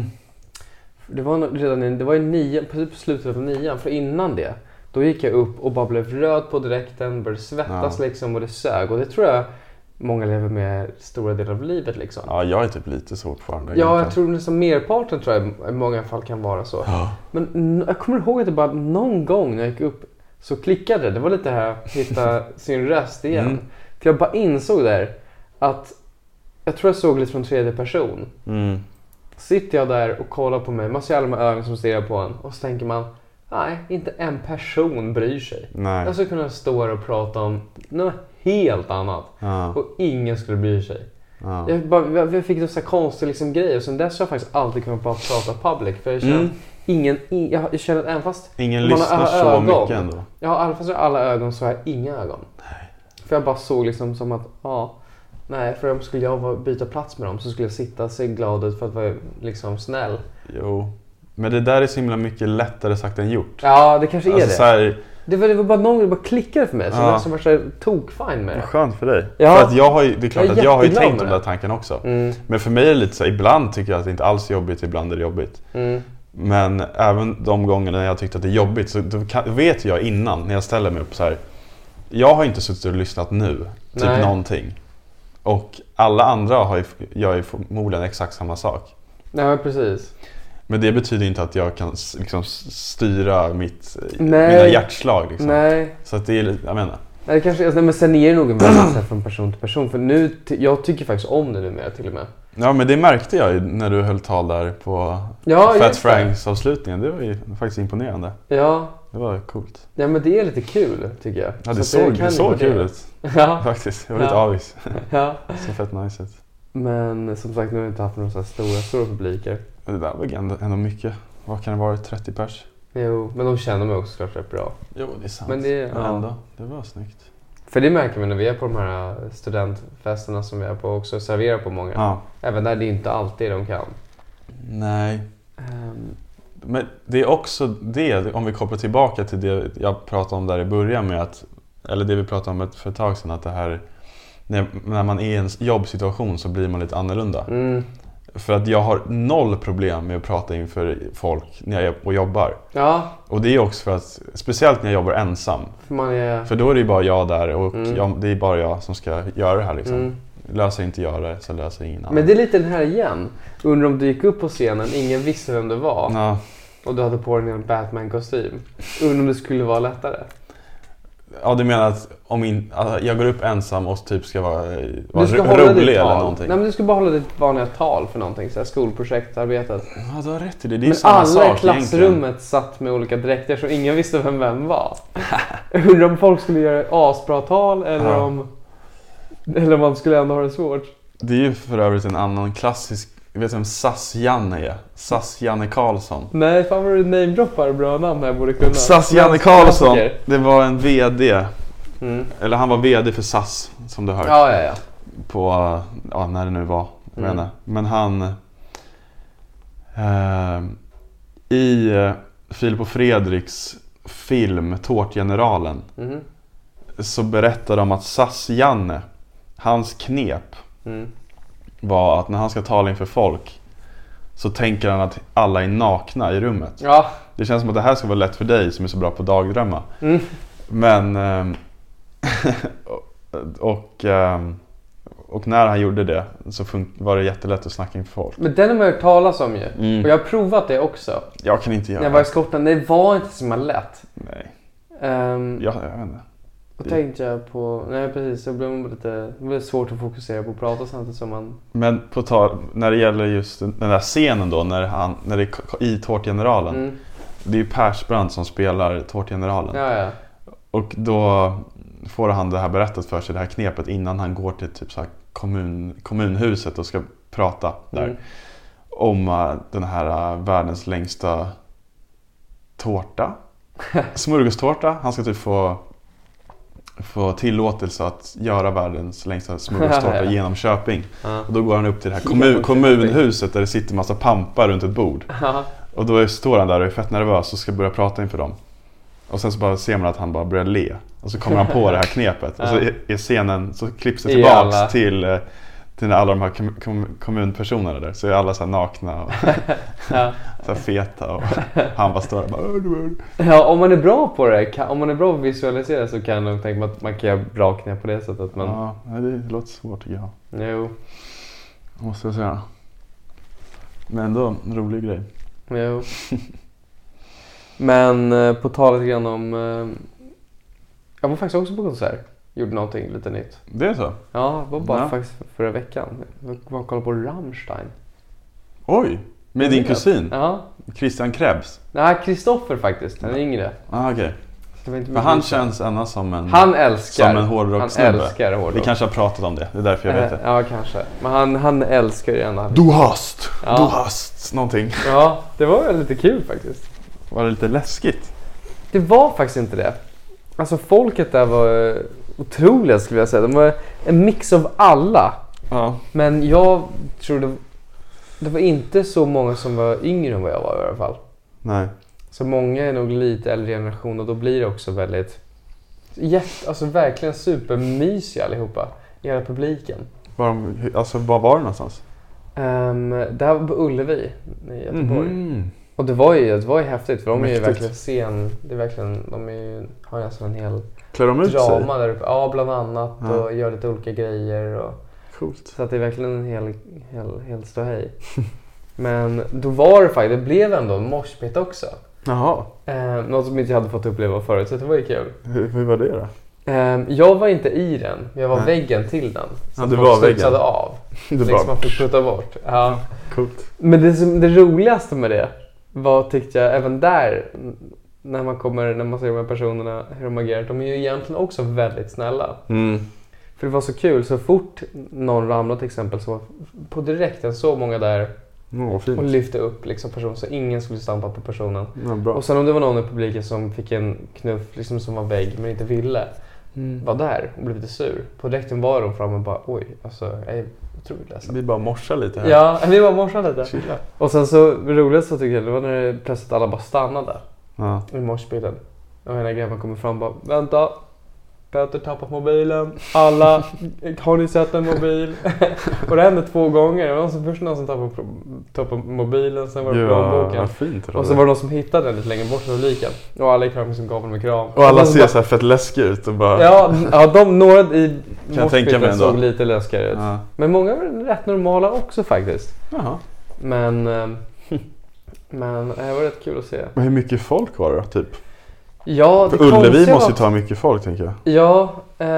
Det var ju på slutet av 9, för innan det då gick jag upp och bara blev röd på direkten, började svettas liksom och det sög, och det tror jag många lever med stora delar av livet liksom. Ja, jag är typ lite så fortfarande. Ja, jag tror nästan merparten tror jag i många fall kan vara så. Men jag kommer ihåg att det bara någon gång när jag gick upp så klickade det var lite här att hitta sin röst igen. För jag bara insåg där att jag tror jag såg lite från tredje person. Sitter jag där och kollar på mig, man ser alla de här ögonen som stirrar på en, och så tänker man, nej, inte en person bryr sig. Nej. Jag skulle kunna stå här och prata om något helt annat och ingen skulle bry sig. Jag fick en sån här konstig liksom grej, och sen dess har jag faktiskt alltid kunnat bara prata public, för jag känner jag känner att även fast ingen lyssnar så ögon, mycket ändå. Ja, även fast jag har alla ögon så har jag inga ögon. Nej. För jag bara såg liksom som att nej, för om skulle jag byta plats med dem så skulle jag sitta och se glad ut för att vara liksom snäll. Jo, men det där är så himla mycket lättare sagt än gjort. Ja, det kanske är alltså, det. Så här... det var bara någon som bara klickade för mig, så jag var så tokfine med det. Skönt för dig. Ja. För att det är klart att jag har ju tänkt de där tanken också. Men för mig är det lite så här, ibland tycker jag att det inte alls är jobbigt, ibland är det jobbigt. Men även de gångerna när jag tyckte att det är jobbigt, så då vet jag innan när jag ställer mig upp så här. Jag har inte suttit och lyssnat nu, typ någonting. Och alla andra gör ju förmodligen exakt samma sak. Ja, precis. Men det betyder inte att jag kan liksom styra mina hjärtslag liksom. Nej. Så att det är, jag menar. Nej, det kanske, men sen är det nog en väldigt från person till person. För nu, jag tycker faktiskt om det numera till och med. Ja, men det märkte jag ju när du höll tal där på Fat Franks avslutningen. Det var ju faktiskt imponerande. Ja, Det var coolt. Ja, men det är lite kul tycker jag. Ja, det såg kul ut. Ja. Faktiskt, jag var lite avis. Ja. Så fett nice ut. Men som sagt, nu har vi inte haft några så här stora publiker. Det där var ändå mycket. Vad kan det vara? 30 pers? Jo, men de känner mig också såklart rätt bra. Jo, det är sant. Men ändå, det var snyggt. För det märker vi när vi är på de här studentfesterna som vi är på också, serverar på många. Ja. Även där det inte alltid de kan. Nej. Men det är också det, om vi kopplar tillbaka till det jag pratade om där i början med att, eller det vi pratade om för ett tag sedan, att det här, när man är i en jobbsituation så blir man lite annorlunda. För att jag har 0 problem med att prata inför folk när jag jobbar. Ja. Och det är också för att, speciellt när jag jobbar ensam. För då är det ju bara jag där och det är bara jag som ska göra det här liksom. Löser inte jag det så löser ingen annan. Men det är lite den här igen. Undrar om du gick upp på scenen, ingen visste vem du var. Ja. Och du hade på dig en Batman-kostym. Undrar om det skulle vara lättare. Ja, du menar att om jag går upp ensam och typ ska vara rolig eller någonting? Nej, men du ska bara hålla ditt vanliga tal för någonting. Så här skolprojektarbetet. Ja, du har rätt i det. Det är men samma sak alla i klassrummet satt med olika dräkter så ingen visste vem var. Undrar om folk skulle göra asbra tal eller om man skulle ändå ha det svårt. Det är ju för övrigt en annan klassisk. Jag vet vem Sass-Janne är. Sass-Janne Karlsson. Nej, fan vad du namedroppar bra namn här borde kunna. Sass-Janne Karlsson, det var en vd. Eller han var vd för SAS, som du hör. Ja. På, när det nu var. Men han i Filip och Fredriks film Tårtgeneralen så berättar de att Sass-Janne, hans knep var att när han ska tala inför folk så tänker han att alla är nakna i rummet. Ja. Det känns som att det här ska vara lätt för dig som är så bra på dagdrömmar. Men och när han gjorde det så var det jättelätt att snacka inför folk. Men den har man hört talas om ju. Och jag har provat det också. Jag kan inte göra det. När jag var i Skottland, det var inte så lätt. Nej. Jag vet inte. Och tänkte jag på, nej precis, så blev det svårt att fokusera på att prata samtidigt som man. Men när det gäller just den där scenen då, när det är i Tårtgeneralen. Det är ju Persbrandt som spelar Tårtgeneralen. Ja. Och då får han det här berättat för sig, det här knepet, innan han går till typ så här kommunhuset och ska prata där. Om den här världens längsta tårta. Smörgåstårta. Han ska typ få tillåtelse att göra världens längsta smörgåstårta genom Köping. Och då går han upp till det här kommunhuset där det sitter massa pampar runt ett bord. Och då står han där och är fett nervös och ska börja prata inför dem. Och sen så bara ser man att han bara börjar le. Och så kommer han på det här knepet. Och så är scenen, så klipps det tillbaks till alla de här kommunpersonerna där. Så är alla så här nakna och så här feta. Och han bara står där och bara. Ja, om man är bra på det, om man är bra på att visualisera, så kan jag tänka mig att man kan göra bra knep på det sättet. Ja, det låter svårt tycker jag. Jo. Måste jag säga. Men ändå en rolig grej. Jo. Men på talet grann om... jag var faktiskt också på konsert. Gjorde någonting lite nytt. Det är så? Ja, det var bara faktiskt förra veckan. Jag var och kollade på Rammstein. Oj, med din kusin? Ja. Christian Krebs? Nej, Kristoffer faktiskt. Han är yngre. Okej. För han känns annars som en hårdrocksnubbe. Han älskar hårdrock. Vi kanske har pratat om det. Det är därför jag vet det. Ja, kanske. Men han älskar ju ändå. Du hast någonting. Ja, det var lite kul faktiskt. Var det lite läskigt? Det var faktiskt inte det. Alltså folket där var otroliga skulle jag säga. De var en mix av alla. Ja. Men jag tror det var inte så många som var yngre än vad jag var i alla fall. Nej. Så många är nog lite äldre generation och då blir det också väldigt alltså verkligen supermysiga allihopa i hela publiken. Var var det någonstans? Det här var på Ullevi i Göteborg. Och det var ju häftigt för de är ju verkligen har nästan en hel drama där uppe. Ja, bland annat och gör lite olika grejer och coolt. Så att det är verkligen en hel ståhej. Men då var det faktiskt, det blev ändå en moshpit också. Jaha. Något som inte jag hade fått uppleva förut, så det var ju kul. Hur var det då? Jag var inte i den, jag var väggen till den. Så du var väggen? Av. Liksom man fick putta bort. Ja. Coolt. Men det roligaste med det var, tyckte jag, även där när man ser de här personerna, hur de agerar. De är ju egentligen också väldigt snälla. För det var så kul, så fort någon ramlade till exempel så var på direkten så många där och lyfte upp liksom personen så ingen skulle stampa på personen. Ja, bra. Och sen om det var någon i publiken som fick en knuff liksom som var vägg men inte ville var där och blev lite sur. På direkten var de framme och bara oj, alltså jag är otroligt ledsen. Vi bara morsar lite här. Ja, vi bara morsar lite. Chilla. Och sen så roligt så tycker jag det var när det plötsligt alla bara stannade i morsbilden. Och ena grabben kommer fram och bara vänta. Peter tappat mobilen. Alla, har ni sett en mobil? Och det hände 2 gånger. Det var först någon som tappade mobilen, sen var det plånboken. Och så var det någon som hittade den lite längre bort från publiken. Och alla i kramen som gav honom en kram. Och alla ser så här fett läskiga ut och bara... Ja, några i morsbilden såg lite läskigare ut. Ja. Men många var rätt normala också faktiskt. Jaha. Men det var rätt kul att se. Men hur mycket folk var det då, typ? Ja, för Ullevi måste ju ta mycket folk, tänker jag. Ja,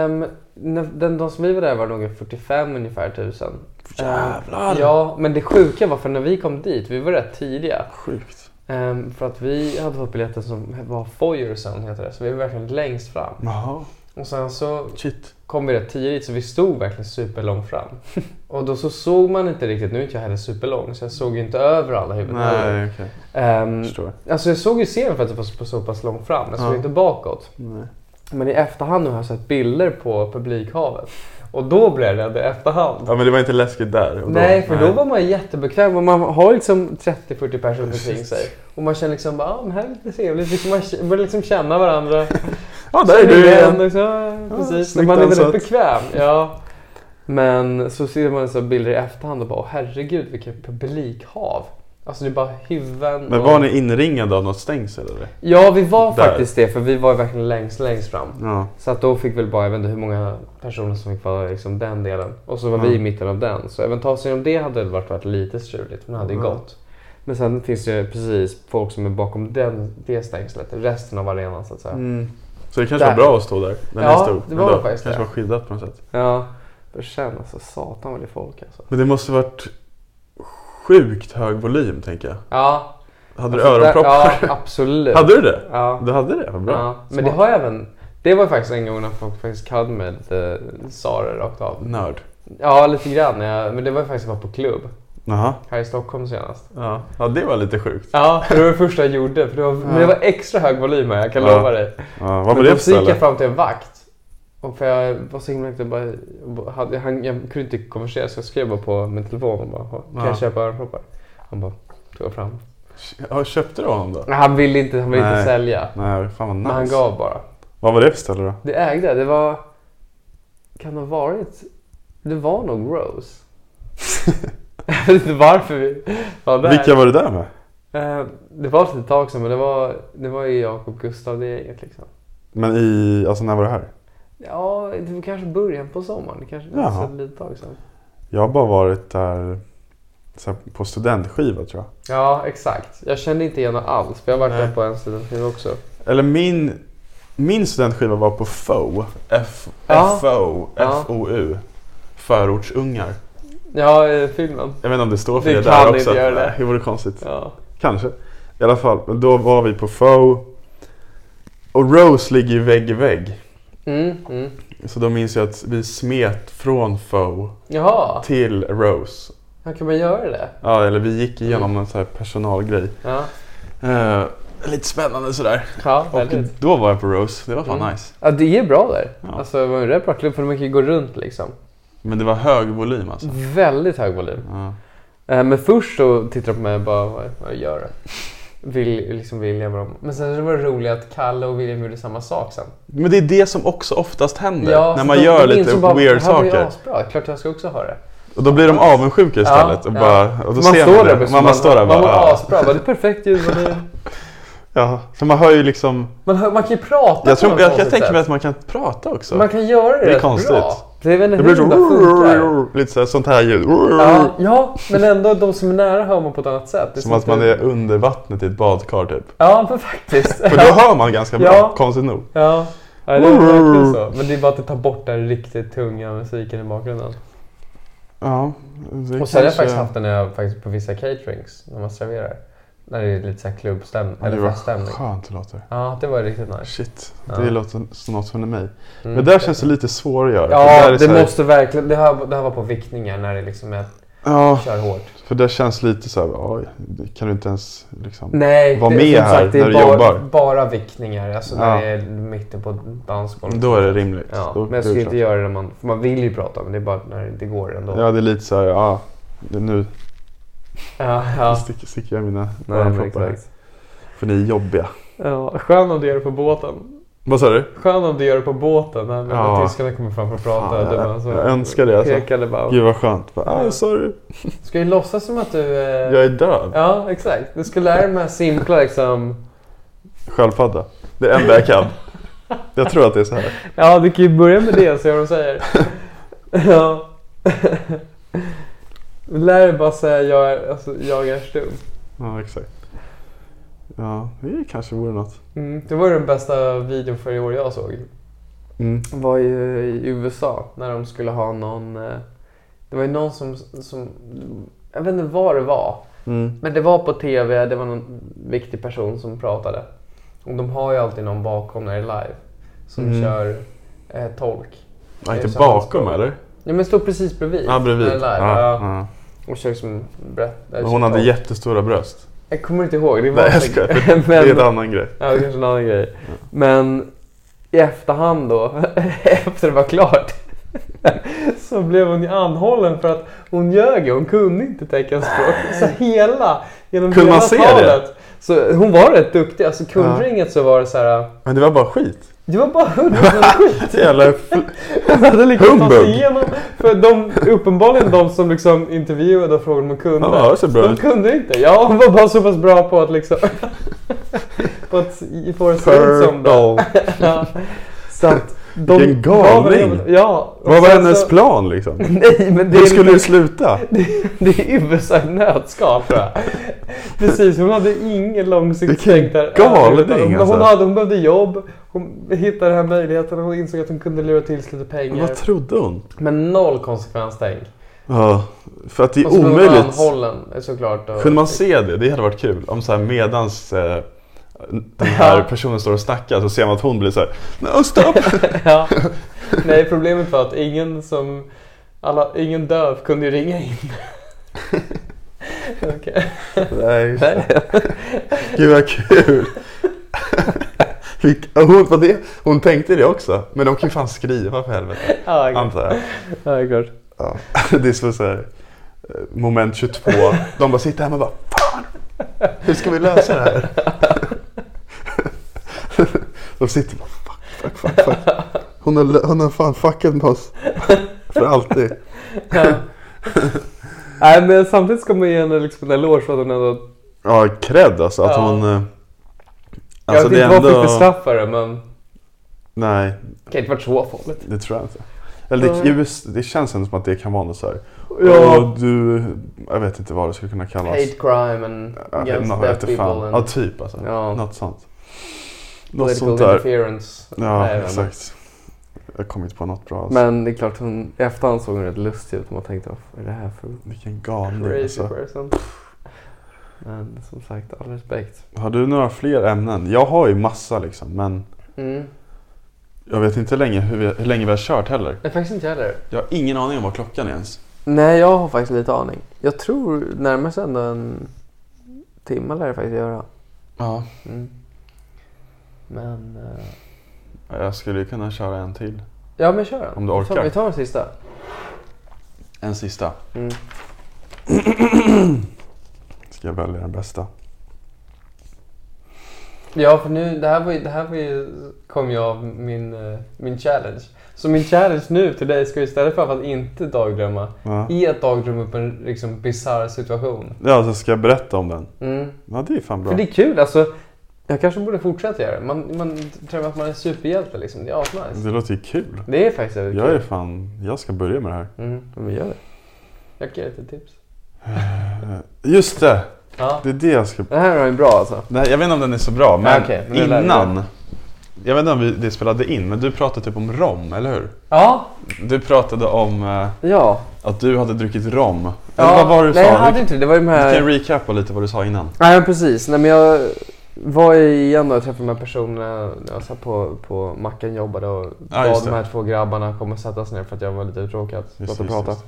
de som vi var där var nog 45 ungefär 1000. Jävlar! Ja, men det sjuka var för när vi kom dit, vi var rätt tidiga. Sjukt. För att vi hade fått biljetten som var Foyerson heter det, så vi var verkligen längst fram. Jaha. Och sen så kom vi rätt tidigt så vi stod verkligen superlångt fram. Och då så såg man inte riktigt, nu är inte jag heller superlång så jag såg ju inte över alla huvuden. Nej, okej. Förstår. Alltså jag såg ju scenen för att det var så pass långt fram, jag såg inte bakåt. Nej. Men i efterhand nu har jag sett bilder på publikhavet. Och då blev det efterhand. Ja, men det var inte läskigt där. Nej, för då var man jättebekväm och man har liksom 30-40 personer kring sig. Och man känner liksom bara, men här är lite trevligt. Man börjar liksom känna varandra. Ja, där är du igen. Precis, man är väldigt bekväm. Ja. Men så ser man så bilder i efterhand och bara, herregud vilket publikhav. Alltså det är bara huvuden. Men var ni inringade av något stängsel eller? Ja, vi var faktiskt det, för vi var verkligen längst fram. Ja. Så att då fick väl bara, jag vet inte hur många personer som fick vara liksom den delen. Och så var vi i mitten av den. Så även ta sig om det hade varit lite struligt, men det hade ju gått. Men sen finns det precis folk som är bakom det stängslet, resten av arenan så att säga. Så det kanske var bra att stå där? Det var det faktiskt. Kanske var skyddat på något sätt. Ja, för sen alltså, satan vad det är folk alltså. Men det måste varit sjukt hög volym, tänker jag. Ja. Hade du öronproppar? Ja, absolut. Hade du det? Ja. Du hade det? Vad bra. Ja. Men det har även... Det var faktiskt en gång när folk faktiskt kallade mig lite Sara rakt av. Nörd? Ja, lite grann. Ja. Men det var faktiskt bara på klubb. Aha. Här i Stockholm senast. Ja, det var lite sjukt. Ja, det var det första jag gjorde. För men det var extra hög volym här, jag kan lova dig. Ja, vad var det för ställe? Så gick jag fram till en vakt. Och för jag var så himla jag kunde inte konversera så jag skrev bara på min telefon och bara, kan jag köpa öronproppar? Han bara, tog fram. Ja, köpte du honom då? Han ville inte sälja. Nej, fan vad nice. Men han gav bara. Vad var det för ställe då? Det ägde, det var... Kan det ha varit... Det var nog Rose. Jag vet inte varför vi var där. Vilka var du där med? Det var ett tag sedan, men det var ju Jakob Gustav, det eget liksom. Men alltså när var det här? Ja, det var kanske början på sommaren. Det kanske var ett litet tag sedan. Jag har bara varit där så här, på studentskiva tror jag. Ja, exakt. Jag kände inte igen alls, för jag har varit där på en studentskiva också. Eller min studentskiva var på FOU. F-O-U. Förortsungar. Ja, filmen. Jag vet inte om det står för det där också. Det kan inte göra det. Det vore konstigt. Ja. Kanske. I alla fall, men då var vi på FOU. Och Rose ligger ju vägg i vägg. Så då minns jag att vi smet från FOU till Rose. Ja, kan man göra det? Ja, eller vi gick igenom en sån här personalgrej. Ja. Lite spännande sådär. Ja, och då var jag på Rose. Det var fan nice. Ja, det är bra där. Ja. Alltså, det var en rätt bra klubb för man kan ju gå runt liksom. Men det var hög volym alltså. Väldigt hög volym. Ja. Men först så tittade de på mig och bara, vad gör det? William och dem. Men sen var det roligt att Kalle och William gjorde samma sak sen. Men det är det som också oftast händer. När man gör lite weird saker. Det asbra. Klart jag ska också ha det. Och då blir de avundsjuka istället. Och då man ser står man där. det. Man står där bara. Man var asbra. Det är perfekt ljud. Ja, för man hör ju liksom... Man kan ju prata. Jag tänker mig att man kan prata också. Man kan göra det är konstigt. Bra. Det blir så lite så här, sånt här ljud. Ja, men ändå de som är nära hör man på ett annat sätt. Som att man är under vattnet i ett badkar typ. Ja, men faktiskt. För då hör man ganska bra, konstigt nog. Ja, det är verkligen så. Men det är bara att det tar bort den riktigt tunga musiken i bakgrunden. Ja. Och sen har jag faktiskt haft den när jag faktiskt på vissa caterings när man serverar. När det är lite så här klubbstämning. Ja, eller det var feststämning. skönt det låter. Ja, det var riktigt nice. Shit, Ja. det låter som något för mig. Men där känns det lite svårare att göra. Ja, det det här, måste verkligen. Det här var på vickningar när det liksom är kör hårt. För det känns lite så här, oj, kan du inte ens liksom Nej, vara det, med här sagt, det är när du jobbar? Bara vickningar, alltså när det är mitten på dansgolvet. Då är det rimligt. Ja, då, men jag skulle inte göra det när för man vill ju prata, men det är bara när det inte går ändå. Ja, det är lite så här, det är nu Ja. sticker jag mina öronproppar här. För ni är jobbiga. Ja, skön om du gör det på båten. Vad sa du? Skön om du gör det på båten när tyskarna kommer fram och pratar. Jag önskar det alltså. Bara. Gud vad skönt. Sorry. Ska ju låtsas som att du... Jag är död. Ja, exakt. Du ska lära dig de här simpla liksom... Sköldpadda. Det är enda jag kan. Jag tror att det är så här. Ja, du kan ju börja med det och se vad de säger. Ja. Lär dig bara säga jag är stum. Ja, exakt. Ja, det kanske vore något. Det var den bästa videon för i år jag såg. Var ju i USA när de skulle ha någon... Det var ju någon som jag vet inte vad det var. Men det var på tv, det var någon viktig person som pratade. Och de har ju alltid någon bakom när det är live. Som kör tolk. Ja, inte bakom eller? Ja, men stod precis bredvid. Ja, bredvid. Ja. Och kör som hon hade jättestora bröst. Jag kommer inte ihåg. Det var nej, jag skojar. Det är en annan grej. Ja, det är kanske en annan grej. Men i efterhand då, efter det var klart, så blev hon ju anhållen för att hon ljög. Hon kunde inte teckenspråk. Så genom kunde hela man se talet. Det? Så hon var rätt duktig. Alltså kunde det inget så var det så här. Men det var bara skit. Det var bara 100% skit. Jävla hon hade liksom tagit igenom. För uppenbarligen de som liksom intervjuade och frågade om hon kunde. Ja, så bra. De kunde inte. Ja, hon var bara så pass bra på att liksom på att få det se ut som det. Ja. Så att vilken galning. Ja. Vad var hennes plan liksom? Nej, men hur skulle det sluta? Det är USA i nötskal, tror jag. Precis, hon hade ingen långsiktigt tänkt där. Galning alltså. Hon behövde jobb. Hon hittade den här möjligheten och hon insåg att hon kunde lura till sig lite pengar. Vad trodde hon? Men noll konsekvenstänk. Ja, för att det är och så omöjligt. Anhållen, såklart. Kunde man se det? Det hade varit kul. Om så här medans den här personen står och snackar så ser man att hon blir så här: no, stop! Ja. Nej, problemet var att ingen döv kunde ringa in. Okej. Nej. Gud vad kul. Hon tänkte det också. Men de kan ju fan skriva för helvete. Ja, antar jag. Ja, klart. Ja. Det är så här moment 22. De bara sitter här och bara: fan! Hur ska vi lösa det här? De sitter bara: fuck. Hon har fan fuckat med oss. För alltid. Ja. Nej, men samtidigt ska man ge henne liksom en eloge för att hon ändå... Ja, cred alltså. Att hon... Alltså jag vet inte vad fick bestraffa det, men... Nej. Det kan inte vara så farligt. Det tror jag inte. Eller det känns ändå som att det kan vara något så här. Ja. Jag vet inte vad det skulle kunna kallas. Hate crime and against deaf people. Ja, typ alltså. Ja. Något sånt. Något sånt där. Interference. Ja, exakt. Jag kom inte på något bra. Alltså. Men det är klart, i efterhand såg hon rätt lustig ut. Och man tänkte, vad är det här för... Vilken galning crazy alltså. Person. Men som sagt, all respekt. Har du några fler ämnen? Jag har ju massa liksom, men... Jag vet inte hur länge vi har kört heller. Jag faktiskt inte heller. Jag har ingen aning om vad klockan är ens. Nej, jag har faktiskt lite aning. Jag tror närmare sig ändå en timme lär det faktiskt göra. Ja. Men... Jag skulle ju kunna köra en till. Ja, men kör den. Om du orkar. Vi tar en sista. En sista. Ska jag välja den bästa? Ja, för nu, det här kom ju av min challenge. Så min challenge nu till dig ska istället för att inte dagdrömma, i att dagdrömma upp en liksom bizarr situation. Ja, så ska jag berätta om den. Ja, det är fan bra. För det är kul, alltså. Jag kanske borde fortsätta göra det. Man tror att man är superhjälte liksom. Det är asnice. Det låter ju kul. Det är faktiskt kul. Jag ska börja med det här. Men gör det. Jag kan ge lite tips. Just det. Ja. Det är det jag ska... Det här är ju bra alltså. Nej, jag vet inte om den är så bra, men, okay, men jag vet inte om det spelade in, men du pratade typ om rom, eller hur? Ja. Du pratade om att du hade druckit rom. Ja. Eller vad var det du sa? Nej, jag hade inte det. Det var ju de här... Du kan recapa lite vad du sa innan. Nej, precis. Nej, men jag var igen och träffade de här personerna när jag satt på macken jobbade och bad de här 2 grabbarna komma och sätta sig ner för att jag var lite uttråkad. Låt och prata.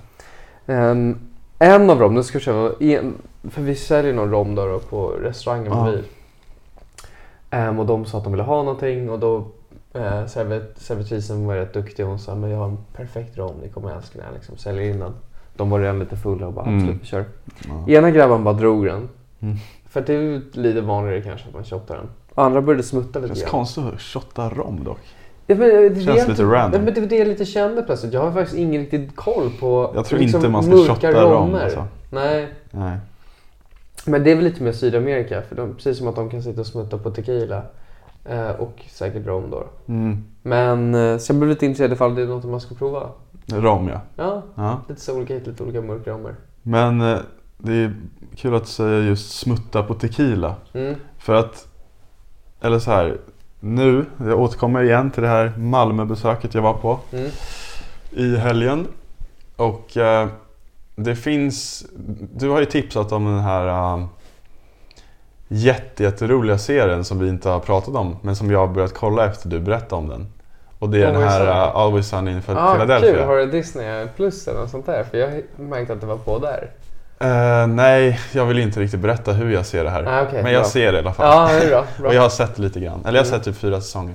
En av dem, nu ska jag köra, för vi säljer någon rom då på restaurangen bredvid. Och de sa att de ville ha någonting och då servitrisen var rätt duktig och hon sa men jag har en perfekt rom, ni kommer älska den, liksom, säljer in den. De var redan lite fulla och bara absolut, vi kör. Ena grabban bara drog den. För det är ju lite vanligare kanske att man shottar den. Andra började smutta lite. Det känns konstigt att shotta rom dock. Ja, men det känns lite random. Men det var det jag lite kände plötsligt. Jag har faktiskt ingen riktigt koll på. Jag tror inte man ska shotta rom. Alltså. Nej. Men det är väl lite mer Sydamerika. För precis som att de kan sitta och smutta på tequila. Och säkert rom då. Men så jag blev lite intresserad ifall det är något man ska prova. Rom, ja. Lite så olika, lite olika mörkrommer. Men det är kul att säga just smutta på tequila. För att, eller så här, nu, jag återkommer igen till det här Malmöbesöket jag var på i helgen. Och det finns, du har ju tipsat om den här jätteroliga serien som vi inte har pratat om, men som jag har börjat kolla efter du berättade om den. Och det är den här Always Sunny in Philadelphia. Kul, har du Disney Plus eller något sånt där? För jag märkte att det var på där. Nej, jag vill inte riktigt berätta hur jag ser det här. Okay, men jag ser det i alla fall. Ja, det är bra. Och jag har sett lite grann. Eller jag har sett typ 4 säsonger.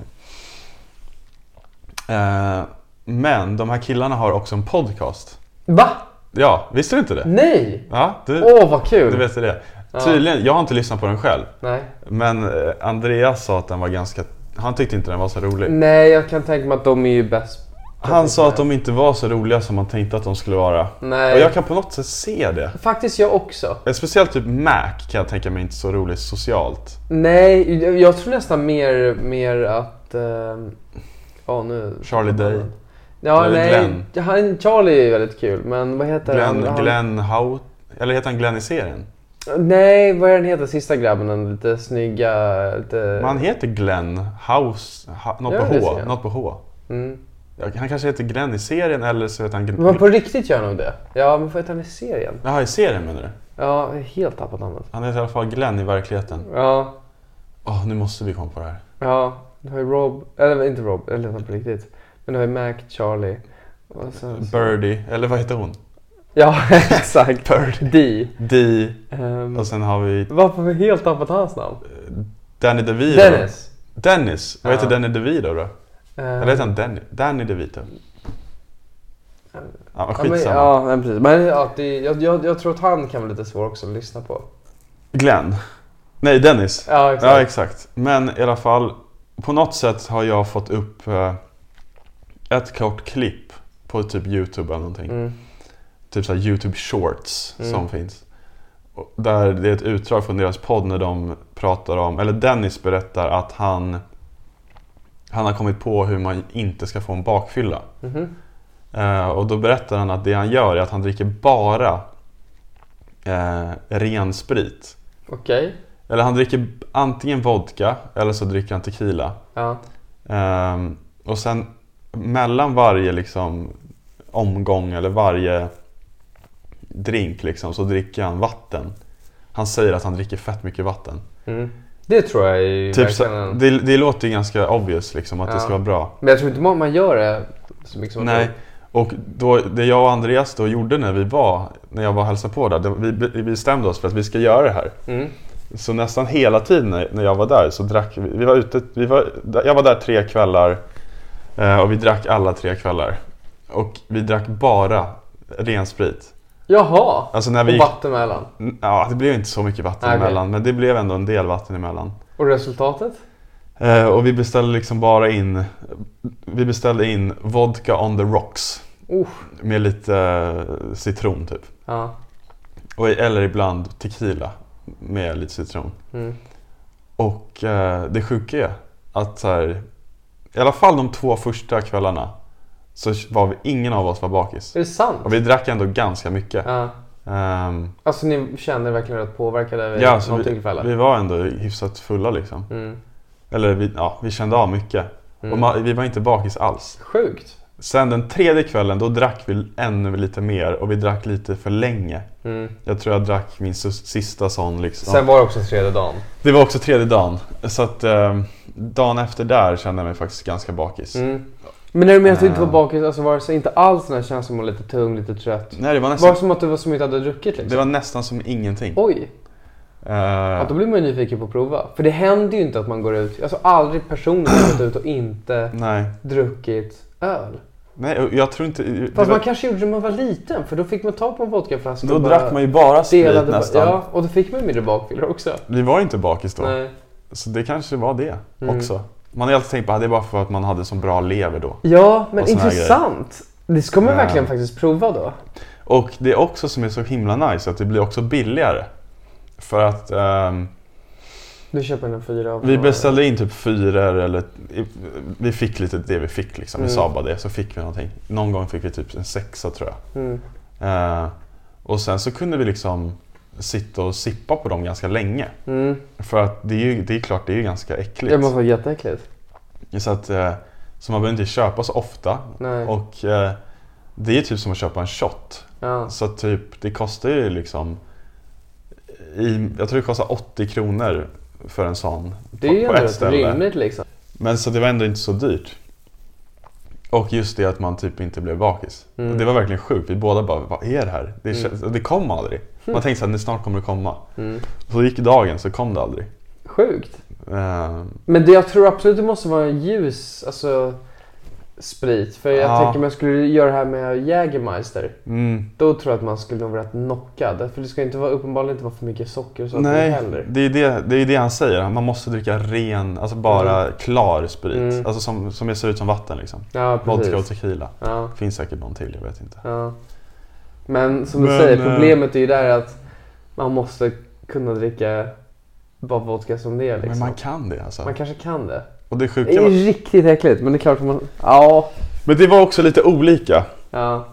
Men de här killarna har också en podcast. Va? Ja, visste du inte det? Nej! Ja, vad kul! Du vet det. Tydligen, jag har inte lyssnat på den själv. Nej. Men Andreas sa att den var ganska... Han tyckte inte den var så rolig. Nej, jag kan tänka mig att de är ju bäst. Han sa att de inte var så roliga som man tänkte att de skulle vara. Nej. Och jag kan på något sätt se det. Faktiskt jag också. Speciellt typ Mac kan jag tänka mig inte så roligt socialt. Nej, jag tror nästan mer att... nu... Charlie Day. Ja, nej. Charlie är väldigt kul, men vad heter han? Glenn Howe? Eller heter han Glenn i serien? Nej, vad är den heter? Sista grabben, den lite snygga... Lite... Man heter Glenn House, något på H. Han kanske heter Glenn i serien eller så heter han... Men på riktigt gör han nog det. Ja, men vad heter han i serien? Jaha, i serien menar du? Ja, jag är helt tappat namnet. Han heter i alla fall Glenn i verkligheten. Ja. Nu måste vi komma på det här. Ja, du har ju Rob, eller inte Rob, eller på riktigt. Men du har ju Mac, Charlie. Och så... Birdie, eller vad heter hon? Ja, exakt. Dee. Och sen har vi... Varför har vi helt tappat hans namn? Danny DeVito. Dennis. Vad heter Danny DeVito då? Eller heter han Danny DeVito? Ja, skitsamma. Ja, precis. Men jag tror att han kan vara lite svår också att lyssna på. Glenn. Nej, Dennis. Ja, exakt. Men i alla fall, på något sätt har jag fått upp ett kort klipp på typ YouTube eller någonting. Typ såhär YouTube Shorts som finns. Där det är ett utdrag från deras podd när de pratar om, eller Dennis berättar att han har kommit på hur man inte ska få en bakfylla. Och då berättar han att det han gör är att han dricker bara ren sprit. Okej. Eller han dricker antingen vodka eller så dricker han tequila. Ja. Och sen mellan varje liksom omgång eller varje drink liksom, så dricker han vatten. Han säger att han dricker fett mycket vatten. Det tror jag är typ verkligen... det låter ju ganska obvious liksom, att det ska vara bra. Men jag tror inte man gör det så mycket som nej. Och då, det jag och Andreas då gjorde när jag var och hälsade på där, vi bestämde oss för att vi ska göra det här. Så nästan hela tiden när jag var där så drack jag var där 3 kvällar och vi drack alla 3 kvällar. Och vi drack bara ren sprit. Jaha, alltså när vi och vatten emellan? Ja, det blev inte så mycket vatten emellan, men det blev ändå en del vatten emellan. Och resultatet? Och vi beställde liksom bara in vodka on the rocks. Med lite citron typ. Ja. Eller ibland tequila med lite citron. Och det sjuka är att så här, i alla fall de 2 första kvällarna så var ingen av oss var bakis. Är det sant? Och vi drack ändå ganska mycket. Ja. Alltså ni kände verkligen att påverkade ja, så vi var ändå hyfsat fulla liksom. Eller vi kände av mycket. Och vi var inte bakis alls. Sjukt. Sen den tredje kvällen, då drack vi ännu lite mer. Och vi drack lite för länge. Jag tror jag drack min sista sån liksom. Sen var det också tredje dagen. Det var också tredje dagen. Så att dagen efter där kände jag mig faktiskt ganska bakis. Men när du menar att du inte var bakis, alltså var det så inte alls den här känslan som var lite tung, lite trött? Nej, det var nästan... Var det som att du var som inte hade druckit liksom? Det var nästan som ingenting. Oj! Då blir man ju nyfiken på att prova. För det händer ju inte att man går ut, alltså aldrig personligen gått ut och inte druckit öl. Nej, jag tror inte... Fast man kanske gjorde det när man var liten, för då fick man ta på en vodkaflaska. Då drack man ju bara sprit nästan. Ja, och då fick man ju mindre bakfyllor också. Vi var inte bakis då. Nej. Så det kanske var det också. Man har alltid tänkt på att det är bara för att man hade så bra lever då. Ja, men intressant. Det ska man verkligen faktiskt prova då. Och det är också som är så himla nice att det blir också billigare. För att... Du köper en 4 av... Vi beställde in typ 4 eller... Vi fick lite det vi fick liksom. Vi sa bara det, så fick vi någonting. Någon gång fick vi typ en 6 tror jag. Och sen så kunde vi liksom sitta och sippa på dem ganska länge. För att det är klart, det är ju ganska äckligt. Det måste vara jätteäckligt. Så att så man behöver inte köpa så ofta. Nej. Och det är typ som att köpa en shot. Ja. Så typ det kostar ju liksom jag tror det kostar 80 kronor för en sån. Det är ju ändå rimligt liksom. Men så det var ändå inte så dyrt. Och just det att man typ inte blev bakis. Det var verkligen sjukt. Vi båda bara, vad är det här? Det kom aldrig. Man tänkte att snart kommer det komma. Så gick dagen, så kom det aldrig. Sjukt. Men jag tror absolut det måste vara en ljus sprit. För jag tänker om jag skulle göra det här med Jägermeister. Då tror jag att man skulle vara rätt knockad. För det ska inte vara, uppenbarligen inte vara för mycket socker och sånt. Nej, heller. det är det han säger. Man måste dricka ren, alltså bara klar sprit. Alltså som ser ut som vatten liksom. Ja, precis. Vodka och tequila. Ja. Finns säkert någon till, jag vet inte. Ja. Men som du säger, problemet är ju där att man måste kunna dricka bara vodka som det är liksom. Men man kan det alltså. Man kanske kan det. Och det är riktigt äckligt, men det är klart att man... Ja. Men det var också lite olika. Ja.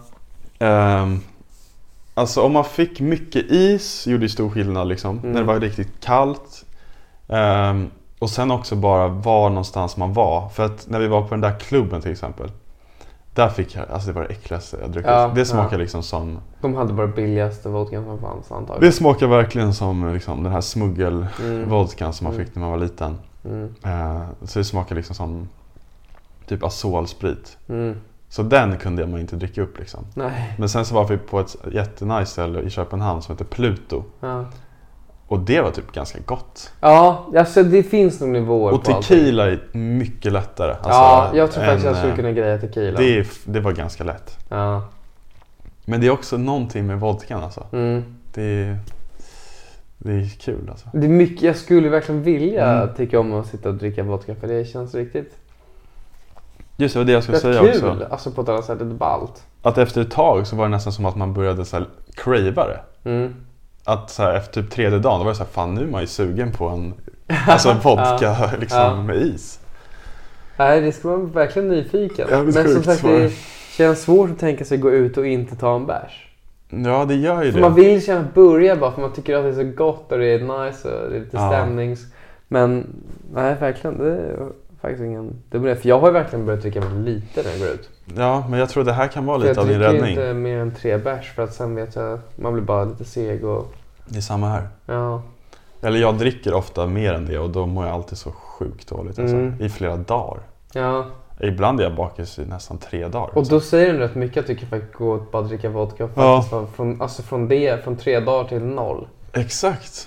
Alltså om man fick mycket is gjorde det stor skillnad liksom. När det var riktigt kallt. Och sen också bara var någonstans man var. För att när vi var på den där klubben till exempel. Där fick jag, alltså det var det äckligaste jag druckit. Det smakar liksom som... De hade bara billigaste vodkan som fanns antagligen. Det smakar verkligen som liksom, den här smuggelvodkan som man fick när man var liten. Så det smakar liksom som typ Azol-sprit. Så den kunde man inte dricka upp liksom. Nej. Men sen så var vi på ett jättenice ställe i Köpenhamn som heter Pluto. Ja. Och det var typ ganska gott. Ja, alltså det finns nog nivåer och på tequila är mycket lättare. Alltså, ja, jag tror faktiskt jag skulle kunna greja tequila. Det var ganska lätt. Ja. Men det är också någonting med vodkan alltså. Det är kul alltså. Det är mycket, jag skulle verkligen vilja tycka om att sitta och dricka vodka, för det känns riktigt... Just det, var det jag skulle säga kul, också. Kul, alltså på ett annat sätt, det är ballt. Att efter ett tag så var det nästan som att man började så här crava det. Att så här, efter typ 3:e dagen, då var det så här, fan nu är man ju sugen på en vodka liksom med is. Nej, det ska man verkligen nyfiken. Ja, men som sagt, det känns svårt att tänka sig gå ut och inte ta en bärs. Ja, det gör ju för det. Man vill känna börja bara för man tycker att det är så gott och det är nice och det är lite stämnings. Men nej, verkligen, det är faktiskt ingen... För jag har ju verkligen börjat dricka mig lite när jag går ut. Ja, men jag tror det här kan vara lite av din räddning. Jag dricker inte mer än 3 bärs för att sen vet jag, man blir bara lite seg och... Det är samma här. Ja. Eller jag dricker ofta mer än det och då mår jag alltid så sjukt dåligt alltså, i flera dagar. Ja. Ibland är jag bakis i nästan 3 dagar. Och då säger den rätt mycket att du kan faktiskt gå och bara dricka vodka från 3 dagar till 0. Exakt.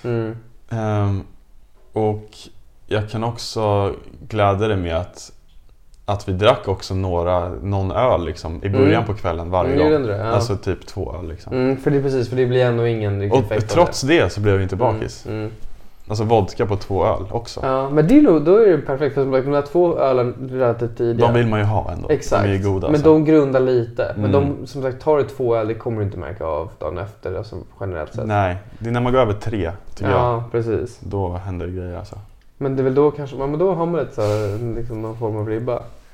Och jag kan också glädja dig med att vi drack också någon öl liksom, i början på kvällen varje gång. Det, ja. Alltså typ 2 öl liksom. För det är precis, för det blir ändå ingen riktig effekt. Och trots det så blev jag inte bakis. Alltså vodka på 2 öl också. Ja, men det är nog, då är det perfekt. För de där 2 ölen relativt tidiga. De vill man ju ha ändå. Exakt. De är ju goda. Men de grundar lite. Men de, som sagt, tar du 2 öl, det kommer du inte märka av dagen efter. Alltså generellt sett. Nej, det är när man går över 3 tycker jag. Ja, precis. Då händer det grejer alltså. Men det är väl då kanske, men då har man lite så här, liksom någon form av ribba.